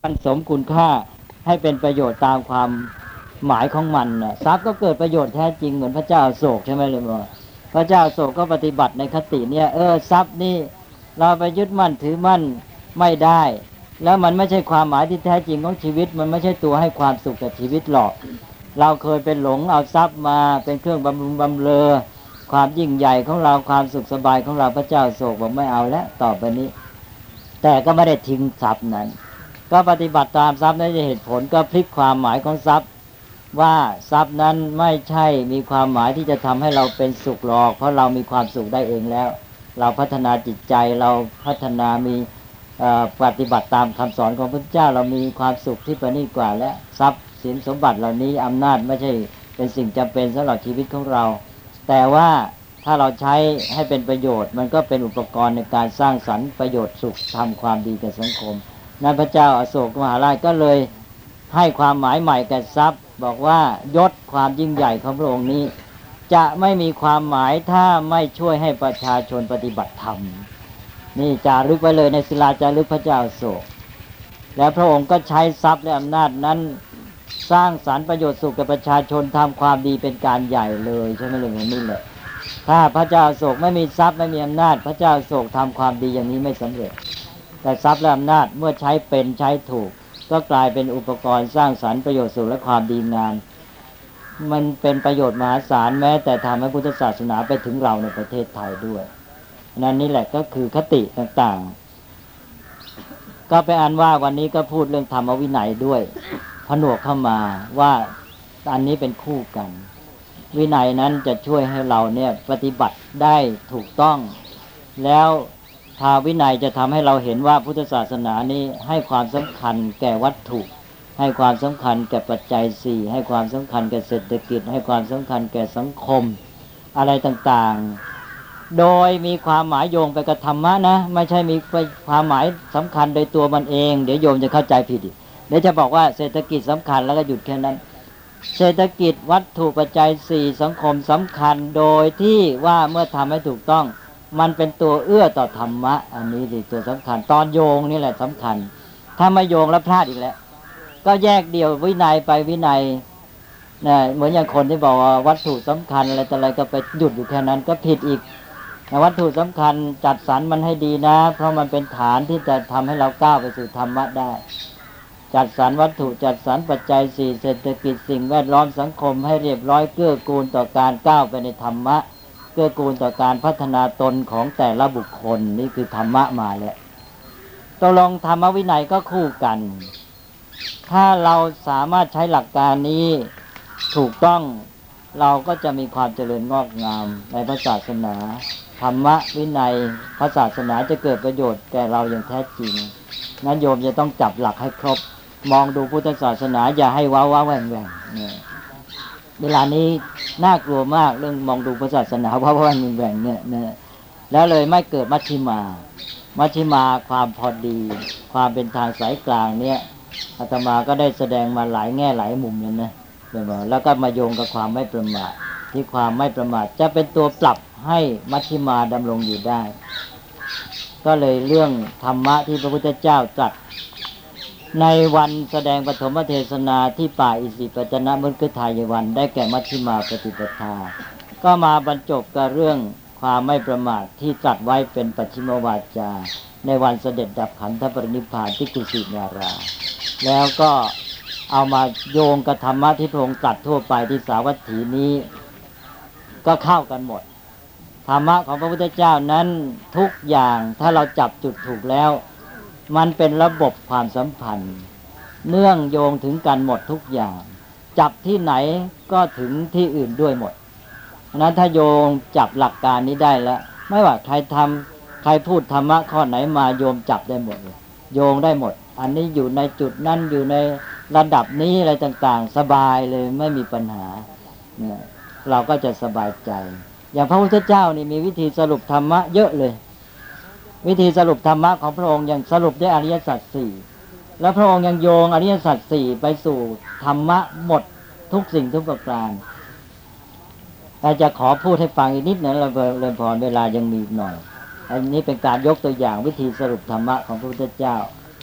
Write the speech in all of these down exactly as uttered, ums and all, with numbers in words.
มันสมคุณค่าให้เป็นประโยชน์ตามความหมายของมันน่ะทรัพย์ก็เกิดประโยชน์แท้จริงเหมือนพระเจ้าอโศกใช่ไหมเลยว่าพระเจ้าอโศกก็ปฏิบัติในคติเนี่ยเออทรัพย์นี่เราไปยึดมั่นถือมั่นไม่ได้แล้วมันไม่ใช่ความหมายที่แท้จริงของชีวิตมันไม่ใช่ตัวให้ความสุขกับชีวิตหรอกเราเคยเป็นหลงเอาทรัพย์มาเป็นเครื่องบำรุงบำเรอความยิ่งใหญ่ของเราความสุขสบายของเราพระเจ้าอโศกบอกไม่เอาแล้วต่อไปนี้แต่ก็ไม่ได้ทิ้งทรัพย์นั้นก็ปฏิบัติตามทรัพย์นั้นจะเหตุผลก็พลิกความหมายของทรัพย์ว่าทรัพย์นั้นไม่ใช่มีความหมายที่จะทำให้เราเป็นสุขหรอกเพราะเรามีความสุขได้เองแล้วเราพัฒนาจิตใจเราพัฒนามีปฏิบัติตามคำสอนของพระเจ้าเรามีความสุขที่ประณีตกว่าและทรัพย์สินสมบัติเหล่านี้อำนาจไม่ใช่เป็นสิ่งจำเป็นสำหรับชีวิตของเราแต่ว่าถ้าเราใช้ให้เป็นประโยชน์มันก็เป็นอุปกรณ์ในการสร้างสรรค์ประโยชน์สุขทำความดีแก่สังคมนั้นพระเจ้าอโศกมหาราชก็เลยให้ความหมายใหม่แก่ทรัพย์บอกว่ายศความยิ่งใหญ่ของพระองค์นี้จะไม่มีความหมายถ้าไม่ช่วยให้ประชาชนปฏิบัติธรรมนี่จารึกไว้เลยในศิลาจารึกพระเจ้าอโศกแล้วพระองค์ก็ใช้ทรัพย์และอำนาจนั้นสร้างสรรค์ประโยชน์สุขแก่ประชาชนทำความดีเป็นการใหญ่เลยใช่ไหมเลยนี่แหละถ้าพระเจ้าอโศกไม่มีทรัพย์ไม่มีอำนาจพระเจ้าอโศกทำความดีอย่างนี้ไม่สำเร็จแต่ทรัพย์และอำนาจเมื่อใช้เป็นใช้ถูกก็กลายเป็นอุปกรณ์สร้างสรรค์ประโยชน์สุขและความดีงามมันเป็นประโยชน์มหาศาลแม้แต่ทำให้พุทธศาสนาไปถึงเราในประเทศไทยด้วยนั่นนี่แหละก็คือคติต่างๆก็ไปอ่านว่าวันนี้ก็พูดเรื่องธรรมวินัยด้วยผนวกเข้ามาว่าอันนี้เป็นคู่กันวินัยนั้นจะช่วยให้เราเนี่ยปฏิบัติได้ถูกต้องแล้วทาวินัยจะทำให้เราเห็นว่าพุทธศาสนานี้ให้ความสำคัญแก่วัตถุให้ความสำคัญแก่ปัจจัยสี่ให้ความสำคัญแก่เศรษฐกิจให้ความสำคัญแก่สังคมอะไรต่างๆโดยมีความหมายโยงไปกับธรรมะนะไม่ใช่มีความหมายสำคัญโดยตัวมันเองเดี๋ยวโยมจะเข้าใจผิดอีกเดี๋ยวจะบอกว่าเศรษฐกิจสำคัญแล้วก็หยุดแค่นั้นเศรษฐกิจวัตถุปัจจัยสี่สังคมสำคัญโดยที่ว่าเมื่อทำให้ถูกต้องมันเป็นตัวเอื้อต่อธรรมะอันนี้สิตัวสำคัญตอนโยงนี่แหละสำคัญถ้าไม่โยงแล้วพลาดอีกแล้วก็แยกเดี่ยววินัยไปวินัยนะเหมือนอย่างคนที่บอกว่าวัตถุสำคัญอะไรแต่อะไรก็ไปหยุดอยู่แค่นั้นก็ผิดอีกวัตถุสำคัญจัดสรรมันให้ดีนะเพราะมันเป็นฐานที่จะทำให้เราก้าวไปสู่ธรรมะได้จัดสรรวัตถุจัดสรรปัจจัยสี่เศรษฐกิจสิ่งแวดล้อมสังคมให้เรียบร้อยเกื้อกูลต่อการก้าวไปในธรรมะเกื้อกูลต่อการพัฒนาตนของแต่ละบุคคลนี่คือธรรมะมาแล้วตกลงธรรมวินัยก็คู่กันถ้าเราสามารถใช้หลักการนี้ถูกต้องเราก็จะมีความเจริญงอกงามในพระศาสนาธรรมะวินัยพระศาสนาจะเกิดประโยชน์แก่เราอย่างแท้จริงนั้นโยมจะต้องจับหลักให้ครบมองดูพุทธศาสนาอย่าให้ว้าวว้าแหว่งแหว่งเนี่ยเวลานี้น่ากลัวมากเรื่องมองดูพุทธศาสนาว้าวว้าแหว่งแหว่งเนี่ยเนี่ยแล้วเลยไม่เกิดมัชฌิมามัชฌิมาความพอดีความเป็นทางสายกลางเนี่ยอาตมาก็ได้แสดงมาหลายแง่หลายมุมเลยนะแล้วก็มาโยงกับความไม่ประมาทที่ความไม่ประมาทจะเป็นตัวปรับให้มัชฌิมาดำรงอยู่ได้ก็เลยเรื่องธรรมะที่พระพุทธเจ้าตรัสในวันแสดงปฐมเทศนาที่ป่าอิสิปตนมฤคทายวันได้แก่มัชฌิมาปฏิปทาก็มาบรรจบกับเรื่องความไม่ประมาทที่ตรัสไว้เป็นปัจฉิมวาจาในวันเสด็จดับขันธปรินิพพานที่กุสินาราแล้วก็เอามาโยงกับธรรมะที่พระองค์ตรัสทั่วไปที่สาวัตถีนี้ก็เข้ากันหมดธรรมะของพระพุทธเจ้านั้นทุกอย่างถ้าเราจับจุดถูกแล้วมันเป็นระบบความสัมพันธ์เนื่องโยงถึงกันหมดทุกอย่างจับที่ไหนก็ถึงที่อื่นด้วยหมดนั้นถ้าโยงจับหลักการนี้ได้แล้วไม่ว่าใครทำใครพูดธรรมะข้อไหนมาโยมจับได้หมดเลยโยงได้หมดอันนี้อยู่ในจุดนั้นอยู่ในระดับนี้อะไรต่างๆสบายเลยไม่มีปัญหาเนี่ยเราก็จะสบายใจอย่างพระพุทธเจ้านี่มีวิธีสรุปธรรมะเยอะเลยวิธีสรุปธรรมะของพระองค์ยังสรุปได้อริยสัจสี่แล้วพระองค์ยังโยงอริยสัจสี่ไปสู่ธรรมะหมดทุกสิ่งทุกประการแต่จะขอพูดให้ฟังอีกนิดหนึ่งเราเลยพอเวลายังมีหน่อยอันนี้เป็นการยกตัวอย่างวิธีสรุปธรรมะของพระพุทธเจ้า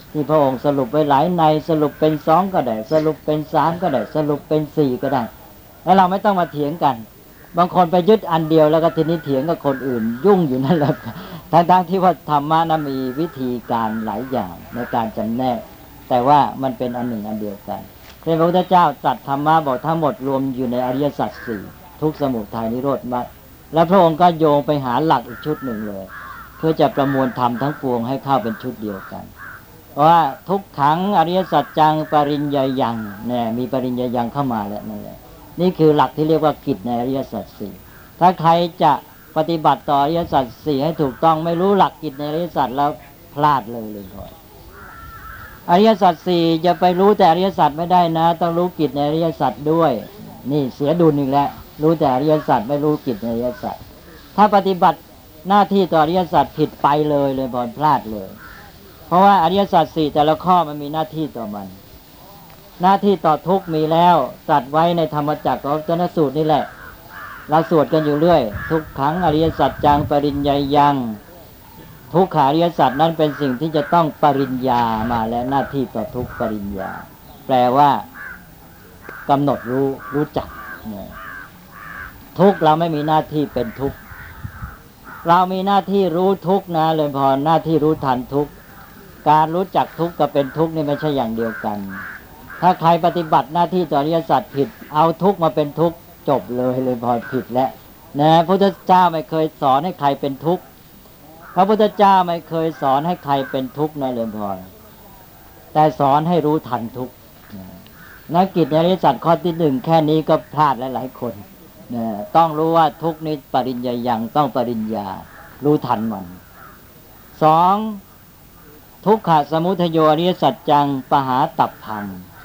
ที่พระองค์สรุปไว้หลายในสรุปเป็นสองก็ได้สรุปเป็นสามก็ได้สรุปเป็นสี่ก็ได้แล้วเราไม่ต้องมาเถียงกันบางคนไปยึดอันเดียวแล้วก็ทีนี้เถียงกับคนอื่นยุ่งอยู่นั่นแหละทั้งๆที่ว่าธรรมะนั้นมีวิธีการหลายอย่างในการจำแนกแต่ว่ามันเป็นอันหนึ่งอันเดียวกันพระพุทธเจ้าตรัสธรรมะบอกทั้งหมดรวมอยู่ในอริยสัจสี่ทุกข์สมุทัยนิโรธมรรคแล้วพระองค์ก็โยงไปหาหลักอีกชุดหนึ่งเลยเพื่อจะประมวลธรรมทั้งปวงให้เข้าเป็นชุดเดียวกันเพราะว่าทุกขังอริยสัจจังปริญญายังเนี่ยมีปริญญายังเข้ามาแล้วนั่นแหละนี่คือหลักที่เรียกว่ากิจในอริยสัจสี่ถ้าใครจะปฏิบัติต่ออริยสัจสี่ให้ถูกต้องไม่รู้หลักกิจในอริยสัจแล้วพลาดเลยเลยพออริยสัจสี่จะไปรู้แต่อริยสัจไม่ได้นะต้องรู้กิจในอริยสัจด้วยนี่เสียดุลอีกแล้วรู้แต่อริยสัจไม่รู้กิจในอริยสัจถ้าปฏิบัติหน้าที่ต่ออริยสัจผิดไปเลยเลยบอลพลาดเลยเพราะว่าอริยสัจสี่แต่ละข้อมันมีหน้าที่ต่อมันหน้าที่ต่อทุกข์มีแล้วตรัสไว้ในธรรมจักรกับจนสูตรนี่แหละเราสวดกันอยู่เรื่อยทุกขังอริยสัจจังปริญญายังทุกขาอริยสัจนั้นเป็นสิ่งที่จะต้องปริญญามาและหน้าที่ต่อทุกปริญญาแปลว่ากำหนดรู้รู้จักทุกเราไม่มีหน้าที่เป็นทุกเรามีหน้าที่รู้ทุกนะเลยพอหน้าที่รู้ทันทุกการรู้จักทุกกับเป็นทุกนี่ไม่ใช่อย่างเดียวกันถ้าใครปฏิบัติหน้าที่ต่ออริยสัจผิดเอาทุกมาเป็นทุกจบเลยเลยพอผิดแล้วนะพระพุทธเจ้าไม่เคยสอนให้ใครเป็นทุกข์พระพุทธเจ้าไม่เคยสอนให้ใครเป็นทุกข์นะเลยพอแต่สอนให้รู้ทันทุกข์นักกิจในอริยสัจข้อที่หนึ่งแค่นี้ก็พลาดหลายๆคนนะต้องรู้ว่าทุกข์นี้ปริญญายังต้องปริญญารู้ทันมันสองทุกขสมุทัยโยอริยสัจจังปหาตัพพัง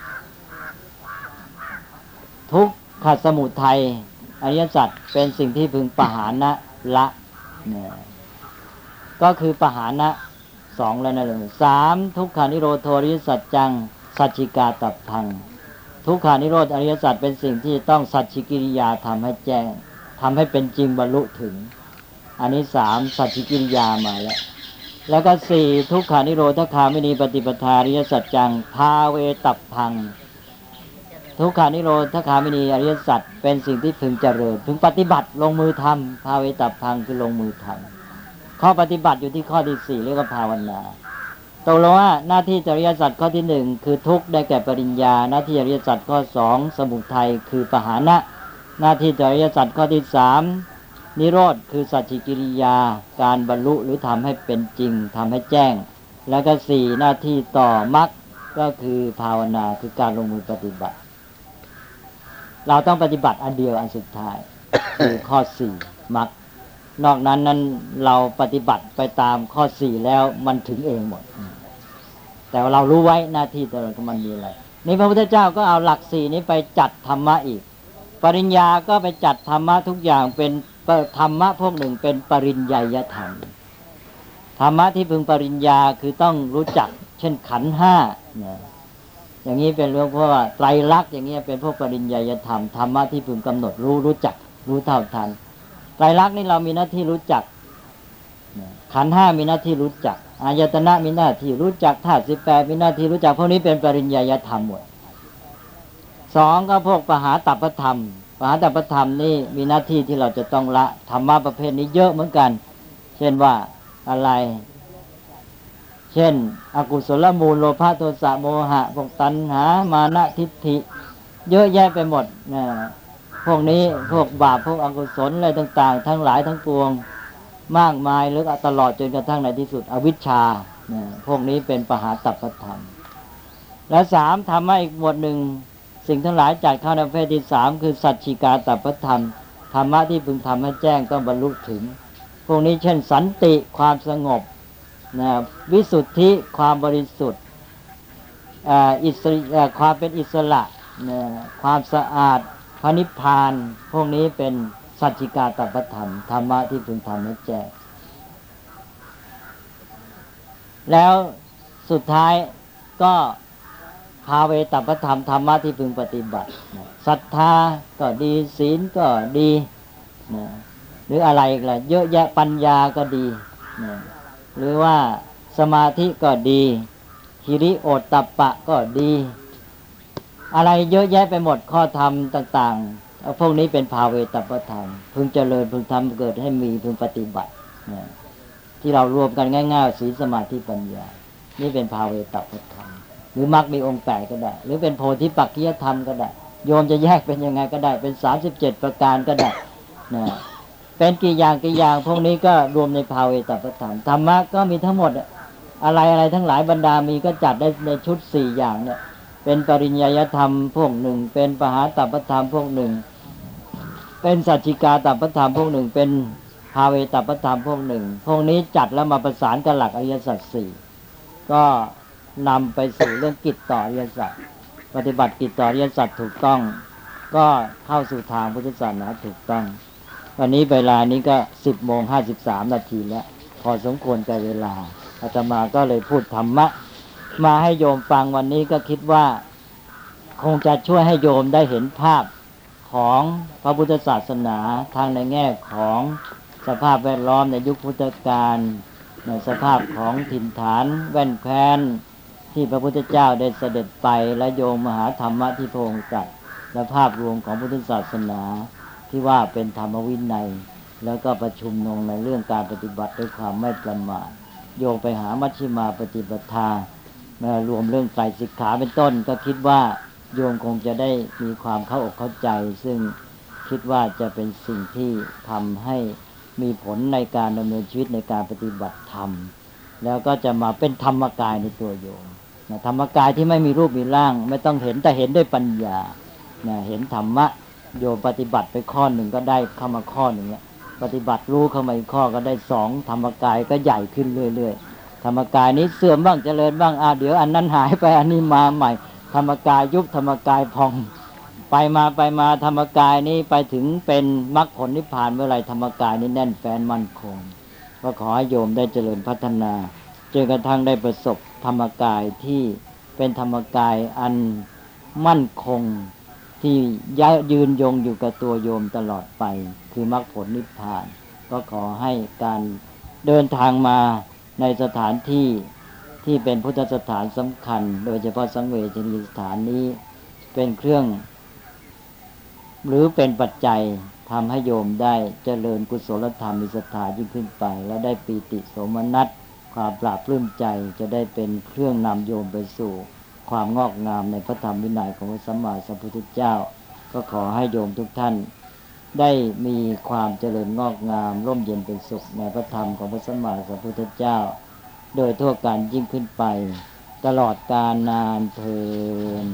ทุกขสมุทัยอริยสัจเป็นสิ่งที่พึงปหานะละเนี่ยก็คือปหานะสองแล้วนะเลยสามทุกขานิโรธอริยสัจจังสัจจิกาตัพพังทุกขานิโรธอริยสัจเป็นสิ่งที่ต้องสัจฉิกิริยาทำให้แจ้งทำให้เป็นจริงบรรลุถึงอันนี้สามสัจฉิกิริยามาแล้วแล้วก็สี่ทุกขานิโรธคามินีปฏิปทาอริยสัจจังภาเวตัพพังทุกขานิโรธคามินีอริยสัจเป็นสิ่งที่พึงเจริญพึงปฏิบัติลงมือทำภาเวตัพพังคือลงมือทำข้อปฏิบัติอยู่ที่ข้อที่สี่เรียกว่าภาวนาตกลงว่าหน้าที่อริยสัจข้อที่หนึ่งคือทุกข์ได้แก่ปริญญาหน้าที่อริยสัจข้อสองสมุทัยคือปหานะหน้าที่อริยสัจข้อที่สามนิโรธคือสัจฉิกิริยาการบรรลุหรือทำให้เป็นจริงทำให้แจ้งแล้วก็สี่หน้าที่ต่อมรรคก็คือภาวนาคือการลงมือปฏิบัติเราต้องปฏิบัติอันเดียวอันสุดท้าย คือข้อสี่มรรคนอกนั้นนั้นเราปฏิบัติไปตามข้อสี่แล้วมันถึงเองหมดแต่เรารู้ไว้หน้าที่แต่ละมันมีอะไรนี่พระพุทธเจ้าก็เอาหลักสี่นี้ไปจัดธรรมะอีกปริญญาก็ไปจัดธรรมะทุกอย่างเป็นธรรมะพวกหนึ่งเป็นปริญญายธรรมธรรมะที่พึงปริญญาคือต้องรู้จักเช่นขันธ์ห้าเนี่ยอย่างนี้เป็นเรื่องเพราะว่าไตรลักษณ์อย่างนี้เป็นพวกปริญญายธรรมธรรมะที่พึงกำหนดรู้รู้จักรู้เท่าทันไตรลักษณ์นี่เรามีหน้าที่รู้จักขันธ์ห้ามีหน้าที่รู้จักอายตนะมีหน้าที่รู้จักธาตุสิบแปดมีหน้าที่รู้จักพวกนี้เป็นปริญญายธรรมหมดสองก็พวกปหาตัพธรรมปหาตัพธรรมนี่มีหน้าที่ที่เราจะต้องละธรรมะประเภทนี้เยอะเหมือนกันเช่นว่าอะไรเช่นอกุศลมูลโลภะโทสะโมหะพวกตัณหามานะทิฏฐิเยอะแยะไปหมดนะพวกนี้พวกบาปพวกอกุศลอะไรต่างๆทั้งหลายทั้งปวงมากมายหรือตลอดจนกระทั่งในที่สุดอวิชชานะพวกนี้เป็นปหาตัพธรรมและสามธรรมะอีกหมวดหนึ่งสิ่งทั้งหลายจัดเข้าในประเภทที่สามคือสัจฉิกาตัพธรรมธรรมะที่พึงทำให้แจ้งต้องบรรลุถึงพวกนี้เช่นสันติความสงบนะวิสุทธิความบริสุทธิ์อิสระความเป็นอิสระนะความสะอาดพระนิพพานพวกนี้เป็นสัจฉิกาตัพธรรมธรรมะที่พึงทำให้แจ้งแล้วสุดท้ายก็ภาเวตัพธรรมธรรมะที่พึงปฏิบัติศรัทธาก็ดีศีลก็ดีนะหรืออะไรอีกล่ะเยอะแยะปัญญาก็ดีนะหรือว่าสมาธิก็ดีหิริโอตตัปปะก็ดีอะไรเยอะแยะไปหมดข้อธรรมต่างๆพวกนี้เป็นภาเวตปธรรมพึงเจริญพึงทำเกิดให้มีพึงปฏิบัตินะที่เรารวมกันง่ายๆศีลสมาธิปัญญานี่เป็นภาเวตปธรรมหรือมรรคมีองค์แปดก็ได้หรือเป็นโพธิปักขิยธรรมก็ได้โยมจะแยกเป็นยังไงก็ได้เป็นสามสิบเจ็ดประการก็ได้นะเป็นกี่อย่างกี่อย่างพวกนี้ก็รวมในภาเวตปธรรมธรรมะก็มีทั้งหมดอะไรอะไรทั้งหลายบรรดามีก็จัดได้ในชุดสี่อย่างเนี่ยเป็นปริญญาธรรมพวกหนึ่งเป็นปหาตัปปธรรมพวกหนึ่งเป็นสัจจิกาตัปปธรรมพวกหนึ่งเป็นภาเวตัปปธรรมพวกหนึ่งพวกนี้จัดแล้วมาประสานกับหลักอริยสัจสี่ก็นำไปสู่เรื่องกิจต่ออริยสัจปฏิบัติกิจต่ออริยสัจถูกต้องก็เข้าสู่ทางพุทธศาสนาถูกต้องวันนี้เวลานี้ก็สิบโมงห้าสิบสามนาทีแล้วพอสมควรกับเวลาอาตมาก็เลยพูดธรรมะมาให้โยมฟังวันนี้ก็คิดว่าคงจะช่วยให้โยมได้เห็นภาพของพระพุทธศาสนาทางในแง่ของสภาพแวดล้อมในยุคพุทธกาลในสภาพของถิ่นฐานแว่นแคว้นที่พระพุทธเจ้าได้เสด็จไปและโยงมหาธรรมะที่พระองค์ตรัสและภาพรวมของพุทธศาสนาที่ว่าเป็นธรรมวินัยแล้วก็ประชุมลงในเรื่องการปฏิบัติด้วยความไม่ประมาทโยงไปหามัชฌิมาปฏิปทารวมเรื่องไตรสิกขาเป็นต้นก็คิดว่าโยมคงจะได้มีความเข้าอกเข้าใจซึ่งคิดว่าจะเป็นสิ่งที่ทำให้มีผลในการดำเนินชีวิตในการปฏิบัติธรรมแล้วก็จะมาเป็นธรรมกายในตัวโยมนะธรรมกายที่ไม่มีรูปมีร่างไม่ต้องเห็นแต่เห็นด้วยปัญญานะเห็นธรรมะโยมปฏิบัติไปข้อหนึ่งก็ได้เข้ามาข้อหนึ่งแล้วปฏิบัติรู้เข้ามาอีกข้อก็ได้สองธรรมกายก็ใหญ่ขึ้นเรื่อยๆธรรมกายนี้เสื่อมบ้างเจริญบ้างอ่าเดี๋ยวอันนั้นหายไปอันนี้มาใหม่ธรรมกายยุบธรรมกายพองไปมาไปมาธรรมกายนี้ไปถึงเป็นมรรคผลนิพพานเมื่อไรธรรมกายนี้แน่นแฟ้นมั่นคงก็ขอให้โยมได้เจริญพัฒนาจนกระทั่งได้ประสบธรรมกายที่เป็นธรรมกายอันมั่นคงที่ยืนยงอยู่กับตัวโยมตลอดไปคือมรรคผลนิพพานก็ขอให้การเดินทางมาในสถานที่ที่เป็นพุทธสถานสำคัญโดยเฉพาะสังเวชนียสถานนี้เป็นเครื่องหรือเป็นปัจจัยทำให้โยมได้เจริญกุศลธรรมมีศรัทธายิ่งขึ้นไปและได้ปีติโสมนัสความปราบปลื้มใจจะได้เป็นเครื่องนำโยมไปสู่ความงอกงามในพระธรรมวินัยของพระสัมมาสัมพุทธเจ้าก็ขอให้โยมทุกท่านได้มีความเจริญงอกงามร่มเย็นเป็นสุขในพระธรรมของพระสัมมาสัมพุทธเจ้าโดยทั่วกันยิ่งขึ้นไปตลอดกาลนานเทอญ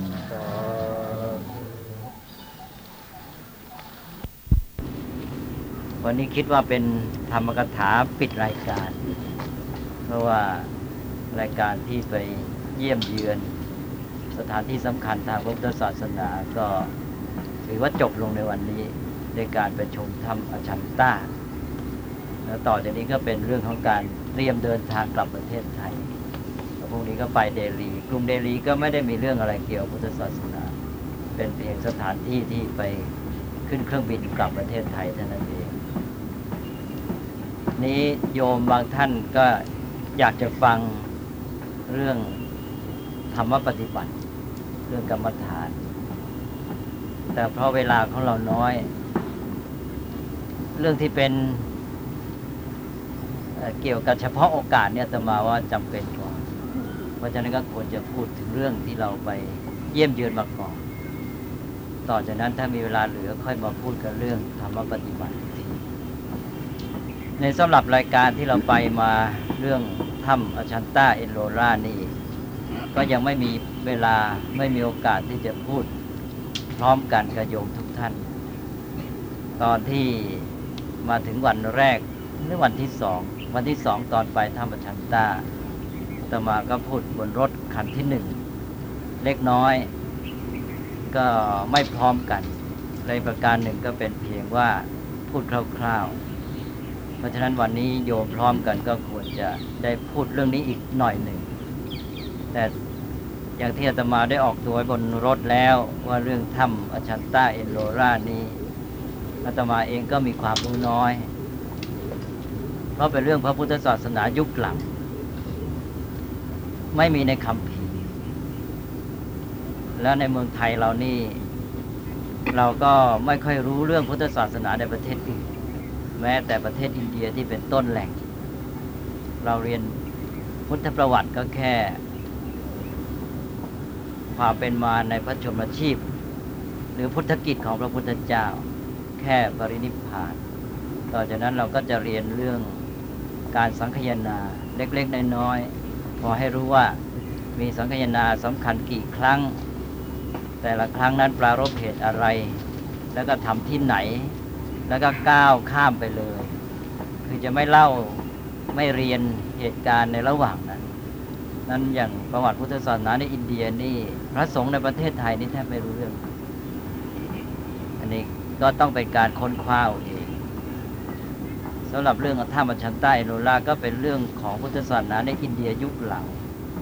วันนี้คิดว่าเป็นธรรมกถาปิดรายการเพราะว่ารายการที่ไปเยี่ยมเยือนสถานที่สำคัญทางพระพุทธศาสนาก็ถือว่าจบลงในวันนี้ด้วยการไปชมถ้ำอชันตาแล้วต่อจากนี้ก็เป็นเรื่องของการเตรียมเดินทางกลับประเทศไทยแล้วพรุ่งนี้ก็ไปเดลีกรุงเดลีก็ไม่ได้มีเรื่องอะไรเกี่ยวกับพุทธศาสนาเป็นเพียงสถานที่ที่ไปขึ้นเครื่องบินกลับประเทศไทยเท่านั้นเองนี้โยมบางท่านก็อยากจะฟังเรื่องธรรมปฏิบัติเรื่องกรรมฐานแต่เพราะเวลาของเราน้อยเรื่องที่เป็นเอ่อเกี่ยวกับเฉพาะโอกาสเนี่ยอาตมาว่าจำเป็นกว่าเพราะฉะนั้นก็ควรจะพูดถึงเรื่องที่เราไปเยี่ยมเยือนมาก่อนต่อจากนั้นถ้ามีเวลาเหลือค่อยมาพูดกันเรื่องธรรมปฏิบัติทีในสำหรับรายการที่เราไปมาเรื่องถ้ำอชันตาเอโลรานี่ก็ยังไม่มีเวลาไม่มีโอกาสที่จะพูดพร้อมกันกับโยมทุกท่านตอนที่มาถึงวันแรกหรือวันที่สองวันที่สองตอนไปถ้ำอชันตาอาตมาก็พูดบนรถคันที่หนึ่งเล็กน้อยก็ไม่พร้อมกันในประการหนึ่งก็เป็นเพียงว่าพูดคร่าวๆเพราะฉะนั้นวันนี้โยมพร้อมกันก็ควรจะได้พูดเรื่องนี้อีกหน่อยหนึ่งแต่อย่างที่อาตมาได้ออกตัวบนรถแล้วว่าเรื่องถ้ำอชันตาเอโลรานี้อาตมาเองก็มีความรู้น้อยเพราะเป็นเรื่องพระพุทธศาสนายุคหลังไม่มีในคัมภีร์แล้วในเมืองไทยเรานี่เราก็ไม่ค่อยรู้เรื่องพุทธศาสนาในประเทศอื่นแม้แต่ประเทศอินเดียที่เป็นต้นแหล่งเราเรียนพุทธประวัติก็แค่ความเป็นมาในพระชนมชีพหรือพุทธกิจของพระพุทธเจ้าแค่ปรินิพพานต่อจากนั้นเราก็จะเรียนเรื่องการสังคายนาเล็กๆน้อยๆพอให้รู้ว่ามีสังคายนาสำคัญกี่ครั้งแต่ละครั้งนั้นปรารภเหตุอะไรแล้วก็ทำที่ไหนแล้วก็ก้าวข้ามไปเลยคือจะไม่เล่าไม่เรียนเหตุการณ์ในระหว่างนั้นนั้นอย่างประวัติพุทธศาสนาในอินเดียนี่พระสงฆ์ในประเทศไทยนี่แทบไม่รู้เรื่องอันนี้ก็ต้องเป็นการค้นคว้าเองสำหรับเรื่องธรรมชันตาเอโลลาก็เป็นเรื่องของพุทธศาสนาในอินเดียยุคหลัง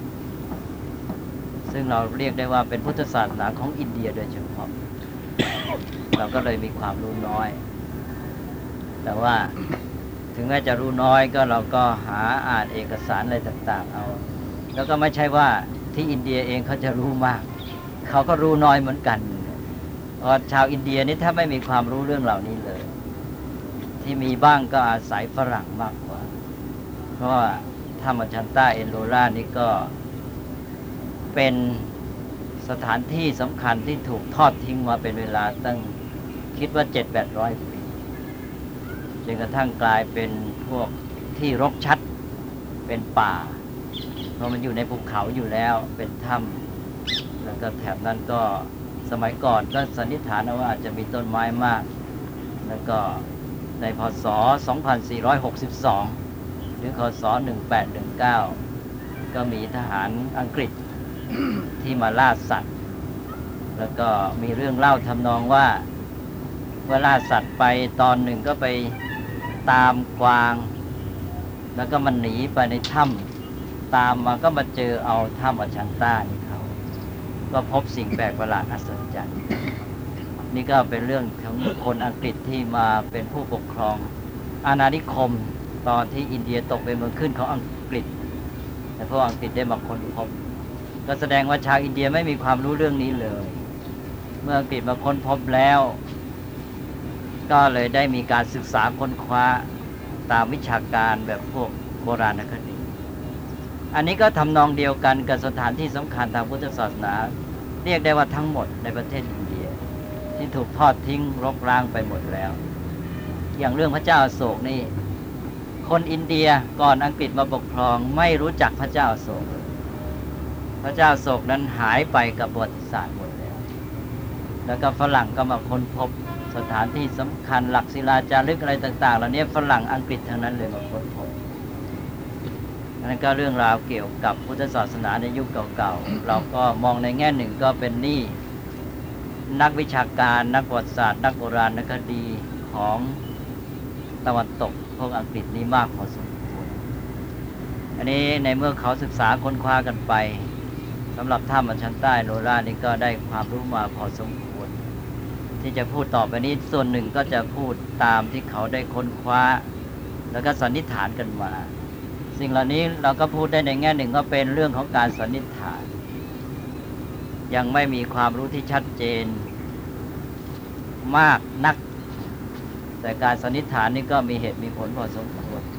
ซึ่งเราเรียกได้ว่าเป็นพุทธศาสนาของอินเดียโดยเฉพาะเราก็เลยมีความรู้น้อยแต่ว่าถึงแม้จะรู้น้อยก็เราก็หาอ่านเอกสารอะไรต่างๆเอาแล้วก็ไม่ใช่ว่าที่อินเดียเองเขาจะรู้มากเขาก็รู้น้อยเหมือนกันเพราะชาวอินเดียนี่แทบไม่มีความรู้เรื่องเหล่านี้เลยที่มีบ้างก็อาศัยฝรั่งมากกว่าเพราะว่าธรรมชันตาเอโลลานี่ก็เป็นสถานที่สำคัญที่ถูกทอดทิ้งมาเป็นเวลาตั้งคิดว่า เจ็ดถึงแปดร้อย ปีจนกระทั่งกลายเป็นพวกที่รกชัดเป็นป่าเพราะมันอยู่ในภูเขาอยู่แล้วเป็นถ้ำแล้วก็แถบนั้นก็สมัยก่อนก็สันนิษฐานว่าอาจจะมีต้นไม้มากแล้วก็ในพ.ศ. สองพันสี่ร้อยหกสิบสองหรือค.ศ. หนึ่งพันแปดร้อยสิบเก้าก็มีทหารอังกฤษที่มาล่าสัตว์แล้วก็มีเรื่องเล่าทำนองว่าเวลาสัตว์ไปตอนหนึ่งก็ไปตามกวางแล้วก็มันหนีไปในถ้ำตามมาก็มาเจอเอาถ้ำอชันตานี่เขาก็พบสิ่งแปลกประหลาดอัศจรรย์นี่ก็เป็นเรื่องของคนอังกฤษที่มาเป็นผู้ปกครองอาณานิคมตอนที่อินเดียตกเป็นเมืองขึ้นของอังกฤษแต่พวกอังกฤษได้มาค้นพบก็แสดงว่าชาวอินเดียไม่มีความรู้เรื่องนี้เลยเมื่ออังกฤษมาค้นพบแล้วก็เลยได้มีการศึกษาค้นคว้าตามวิชาการแบบพวกโบราณคดีอันนี้ก็ทำนองเดียวกันกับสถานที่สำคัญทางพุทธศาสนาเรียกได้ว่าทั้งหมดในประเทศอินเดียที่ถูกทอดทิ้งรกร้างไปหมดแล้วอย่างเรื่องพระเจ้าอโศกนี่คนอินเดียก่อนอังกฤษมาปกครองไม่รู้จักพระเจ้าอโศกพระเจ้าอโศกนั้นหายไปกับประวัติศาสตร์หมดแล้วแล้วก็ฝรั่งก็มาค้นพบสถานที่สำคัญหลักศิลาจารึกอะไรต่างๆเหล่านี้ฝรั่งอังกฤษทั้งนั้นเลยมาค้นพบนั่นก็เรื่องราวเกี่ยวกับพุทธศาสนาในยุคเก่าๆเราก็มองในแง่หนึ่งก็เป็นนี่นักวิชาการนักประวัติศาสตร์นักโบราณคดีของตะวันตกพวกอังกฤษนี่มากพอสมควรอันนี้ในเมื่อเขาศึกษาค้นคว้ากันไปสำหรับถ้ำอชันตาเอโลลานี่ก็ได้ความรู้มาพอสมควรที่จะพูดต่อไปนี้ส่วนหนึ่งก็จะพูดตามที่เขาได้ค้นคว้าแล้วก็สันนิษฐานกันมาสิ่งเหล่านี้เราก็พูดได้ในแง่หนึ่งก็เป็นเรื่องของการสันนิษฐานยังไม่มีความรู้ที่ชัดเจนมากนักแต่การสันนิษฐานนี่ก็มีเหตุมีผลพอสมควร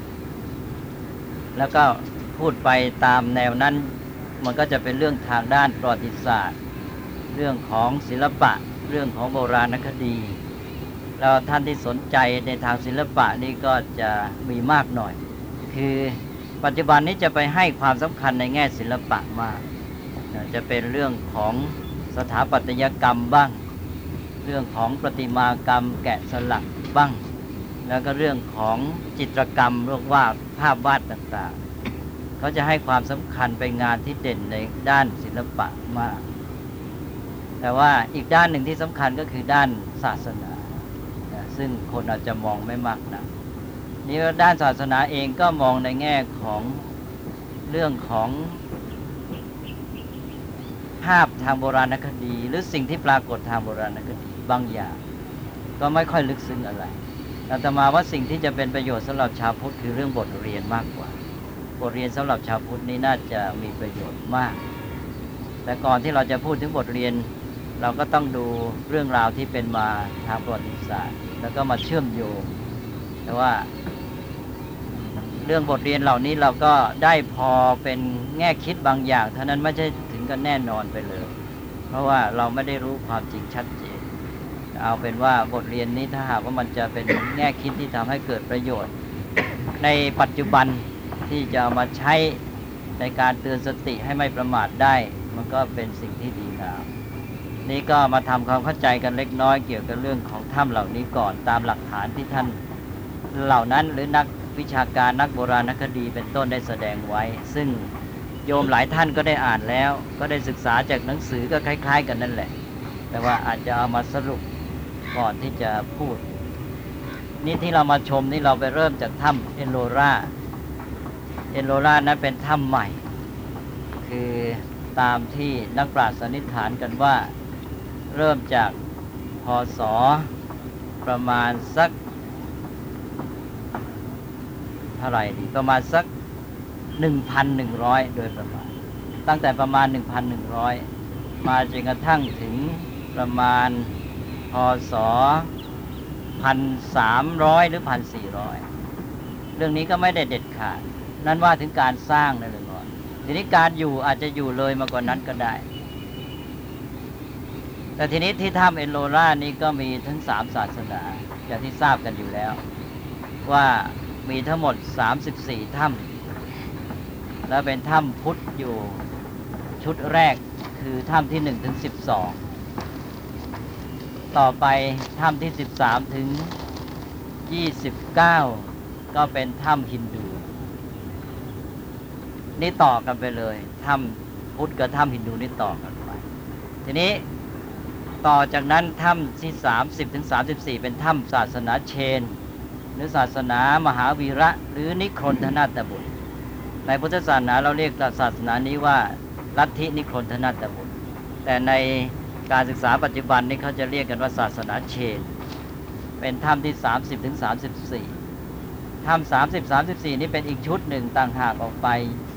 แล้วก็พูดไปตามแนวนั้นมันก็จะเป็นเรื่องทางด้านประวัติศาสตร์เรื่องของศิลปะเรื่องของโบราณคดีแล้วท่านที่สนใจในทางศิลปะนี่ก็จะมีมากหน่อยคือปัจจุบันนี้จะไปให้ความสำคัญในแง่ศิลปะมากจะเป็นเรื่องของสถาปัตยกรรมบ้างเรื่องของประติมากรรมแกะสลักบ้างแล้วก็เรื่องของจิตรกรรมเรียกว่าภาพวาดต่างๆเขาจะให้ความสำคัญไปงานที่เด่นในด้านศิลปะมากแต่ว่าอีกด้านหนึ่งที่สำคัญก็คือด้านศาสนาซึ่งคนอาจจะมองไม่มากนักนี่ว่าด้านศาสนาเองก็มองในแง่ของเรื่องของภาพทางโบราณคดีหรือสิ่งที่ปรากฏทางโบราณคดีบางอย่างก็ไม่ค่อยลึกซึ้งอะไรอาตมาว่าสิ่งที่จะเป็นประโยชน์สำหรับชาวพุทธคือเรื่องบทเรียนมากกว่าบทเรียนสำหรับชาวพุทธนี้น่าจะมีประโยชน์มากแต่ก่อนที่เราจะพูดถึงบทเรียนเราก็ต้องดูเรื่องราวที่เป็นมาทางประวัติศาสตร์แล้วก็มาเชื่อมโยงแต่ว่าเรื่องบทเรียนเหล่านี้เราก็ได้พอเป็นแง่คิดบางอย่างเท่านั้นไม่ใช่ถึงกับแน่นอนไปเลยเพราะว่าเราไม่ได้รู้ความจริงชัดเจนเอาเป็นว่าบทเรียนนี้ถ้าหากว่ามันจะเป็นแง่คิดที่ทำให้เกิดประโยชน์ในปัจจุบันที่จะมาใช้ในการเตือนสติให้ไม่ประมาทได้มันก็เป็นสิ่งที่ดีงามนี่ก็มาทำความเข้าใจกันเล็กน้อยเกี่ยวกับเรื่องของถ้ำเหล่านี้ก่อนตามหลักฐานที่ท่านเหล่านั้นหรือนักวิชาการนักโบราณคดีเป็นต้นได้แสดงไว้ซึ่งโยมหลายท่านก็ได้อ่านแล้วก็ได้ศึกษาจากหนังสือก็คล้ายๆกันนั่นแหละแต่ว่าอาจจะเอามาสรุปก่อนที่จะพูดนี่ที่เรามาชมนี่เราไปเริ่มจากถ้ำเอลโลราเอลโลรานั้นเป็นถ้ำใหม่คือตามที่นักปราชญ์สันนิษฐานกันว่าเริ่มจากพ.ศ.ประมาณสักเท่าไหร่ดีประมาณสัก หนึ่งพันหนึ่งร้อย โดยประมาณตั้งแต่ประมาณ หนึ่งพันหนึ่งร้อย มาจนกระทั่งถึงประมาณพ.ศ. หนึ่งพันสามร้อย หรือ หนึ่งพันสี่ร้อย เรื่องนี้ก็ไม่ได้เด็ดขาดนั่นว่าถึงการสร้างนั่นเลยก่อนทีนี้การอยู่อาจจะอยู่เลยมากกว่านั้นก็ได้แต่ทีนี้ที่ถ้ำเอลโลรานี้ก็มีทั้งสามศาสนาอย่างที่ทราบกันอยู่แล้วว่ามีทั้งหมดสามสิบสี่ถ้ำแล้วเป็นถ้ำพุทธอยู่ชุดแรกคือถ้ำที่หนึ่งถึงสิบสองต่อไปถ้ำที่สิบสามถึงยี่สิบเก้าก็เป็นถ้ำฮินดูนี่ต่อกันไปเลยถ้ำพุทธกับถ้ำฮินดูนี่ต่อกันไปทีนี้ต่อจากนั้นถ้ำที่สามสิบถึงสามสิบสี่เป็นถ้ำศาสนาเชนหรือศาสนามหาวีระหรือนิครนธนาตบุตรในพุทธศาสนาเราเรียกศาสนานี้ว่าลัทธินิครนธนาตบุตรแต่ในการศึกษาปัจจุบันนี้เขาจะเรียกกันว่าศาสนาเชนเป็นถ้ำที่สามสิบถึงสามสิบสี่ถ้ำสามสิบ สามสิบสี่นี้เป็นอีกชุดหนึ่งต่างหากออกไป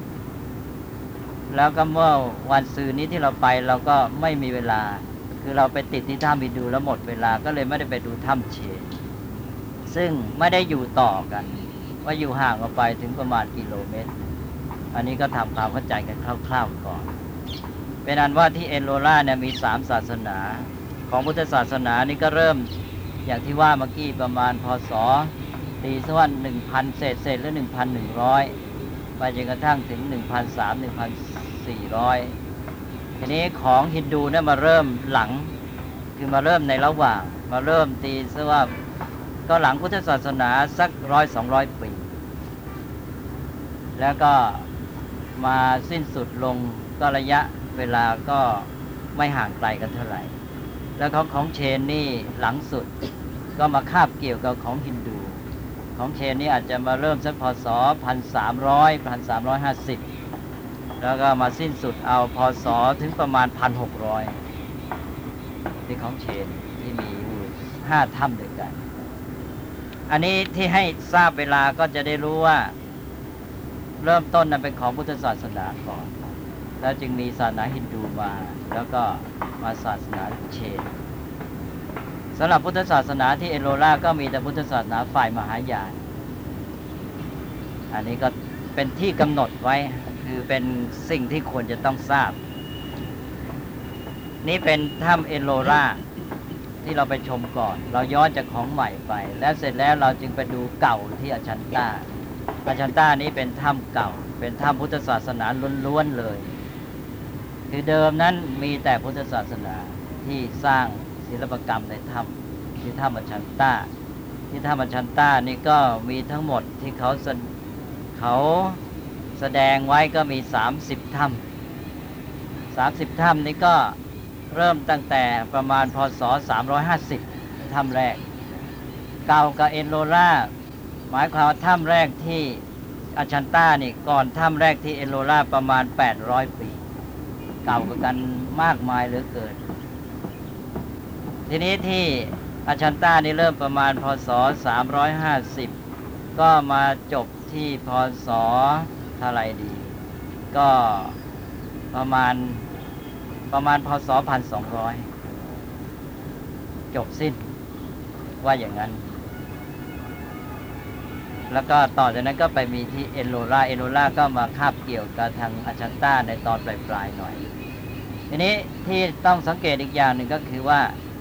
แล้วก็เมื่อวันซืนนี้ที่เราไปเราก็ไม่มีเวลาคือเราไปติดที่ถ้ำไปดูแล้วหมดเวลาก็เลยไม่ได้ไปดูถ้ำเชนซึ่งไม่ได้อยู่ต่อกันว่าอยู่ห่างออกไปถึงประมาณกิโลเมตรอันนี้ก็ทำความเข้าใจกันคร่าวๆก่อนเป็นอันว่าที่เอลโลราเนี่ยมีสามศาสนาของพุทธศาสนานี่ก็เริ่มอย่างที่ว่าเมื่อกี้ประมาณพ.ศ.ตีสักวัน หนึ่งพัน เศษเศษหรือ หนึ่งพันหนึ่งร้อย ไปจนกระทั่งถึง หนึ่งพันสามร้อย หนึ่งพันสี่ร้อย ทีนี้ของฮินดูเนี่ยมาเริ่มหลังคือมาเริ่มในระหว่างมาเริ่มตีซะว่าก็หลังพุทธศาสนาสักร้อยสองร้อยปีแล้วก็มาสิ้นสุดลงก็ระยะเวลาก็ไม่ห่างไกลกันเท่าไหร่แล้วของของเชนนี่หลังสุดก็มาคาบเกี่ยวกับของฮินดูของเชนนี่อาจจะมาเริ่มสักพ.ศ. หนึ่งพันสามร้อย หนึ่งพันสามร้อยห้าสิบแล้วก็มาสิ้นสุดเอาพ.ศ. ถึงประมาณ หนึ่งพันหกร้อย ที่ของเชนที่มีอยู่ห้าถ้ำด้วยกันอันนี้ที่ให้ทราบเวลาก็จะได้รู้ว่าเริ่มต้นนั้นเป็นของพุทธศาสนาก่อนแล้วจึงมีศาสนาฮินดูมาแล้วก็มาศาสนาเชนสำหรับพุทธศาสนาที่เอลโลราก็มีแต่พุทธศาสนาฝ่ายมหายานอันนี้ก็เป็นที่กำหนดไว้คือเป็นสิ่งที่ควรจะต้องทราบนี่เป็นถ้ำเอลโลราที่เราไปชมก่อนเราย้อนจากของใหม่ไปและเสร็จแล้วเราจึงไปดูเก่าที่อาชันตาอาชันตานี้เป็นถ้ำเก่าเป็นถ้ำพุทธศาสนาล้วนๆเลยคือเดิมนั้นมีแต่พุทธศาสนาที่สร้างศิลปกรรมในถ้ำที่ถ้ำอาชันตาที่ถ้ำอาชันตานี่ก็มีทั้งหมดที่เขาเขาแสดงไว้ก็มีสามสิบถ้ำสามสิบถ้ำนี้ก็เริ่มตั้งแต่ประมาณพ.ศ. สามร้อยห้าสิบถ้ำแรกเก่ากับเอลโลราหมายความว่าถ้ำแรกที่อาชันตานี่ก่อนถ้ำแรกที่เอลโลราประมาณแปดร้อยปีเก่ากันมากมายเหลือเกินทีนี้ที่อาชันตานี่เริ่มประมาณพ.ศ. สามร้อยห้าสิบก็มาจบที่พ.ศ. เท่าไหร่ดีก็ประมาณประมาณพศหนึ่งพันสองร้อยจบสิ้นว่าอย่างนั้นแล้วก็ต่อจากนั้นก็ไปมีที่เอโลราเอโลราก็มาคาบเกี่ยวกับทางอาชันต้าในตอนปลายๆหน่อยทีนี้ที่ต้องสังเกตอีกอย่างหนึ่งก็คือว่า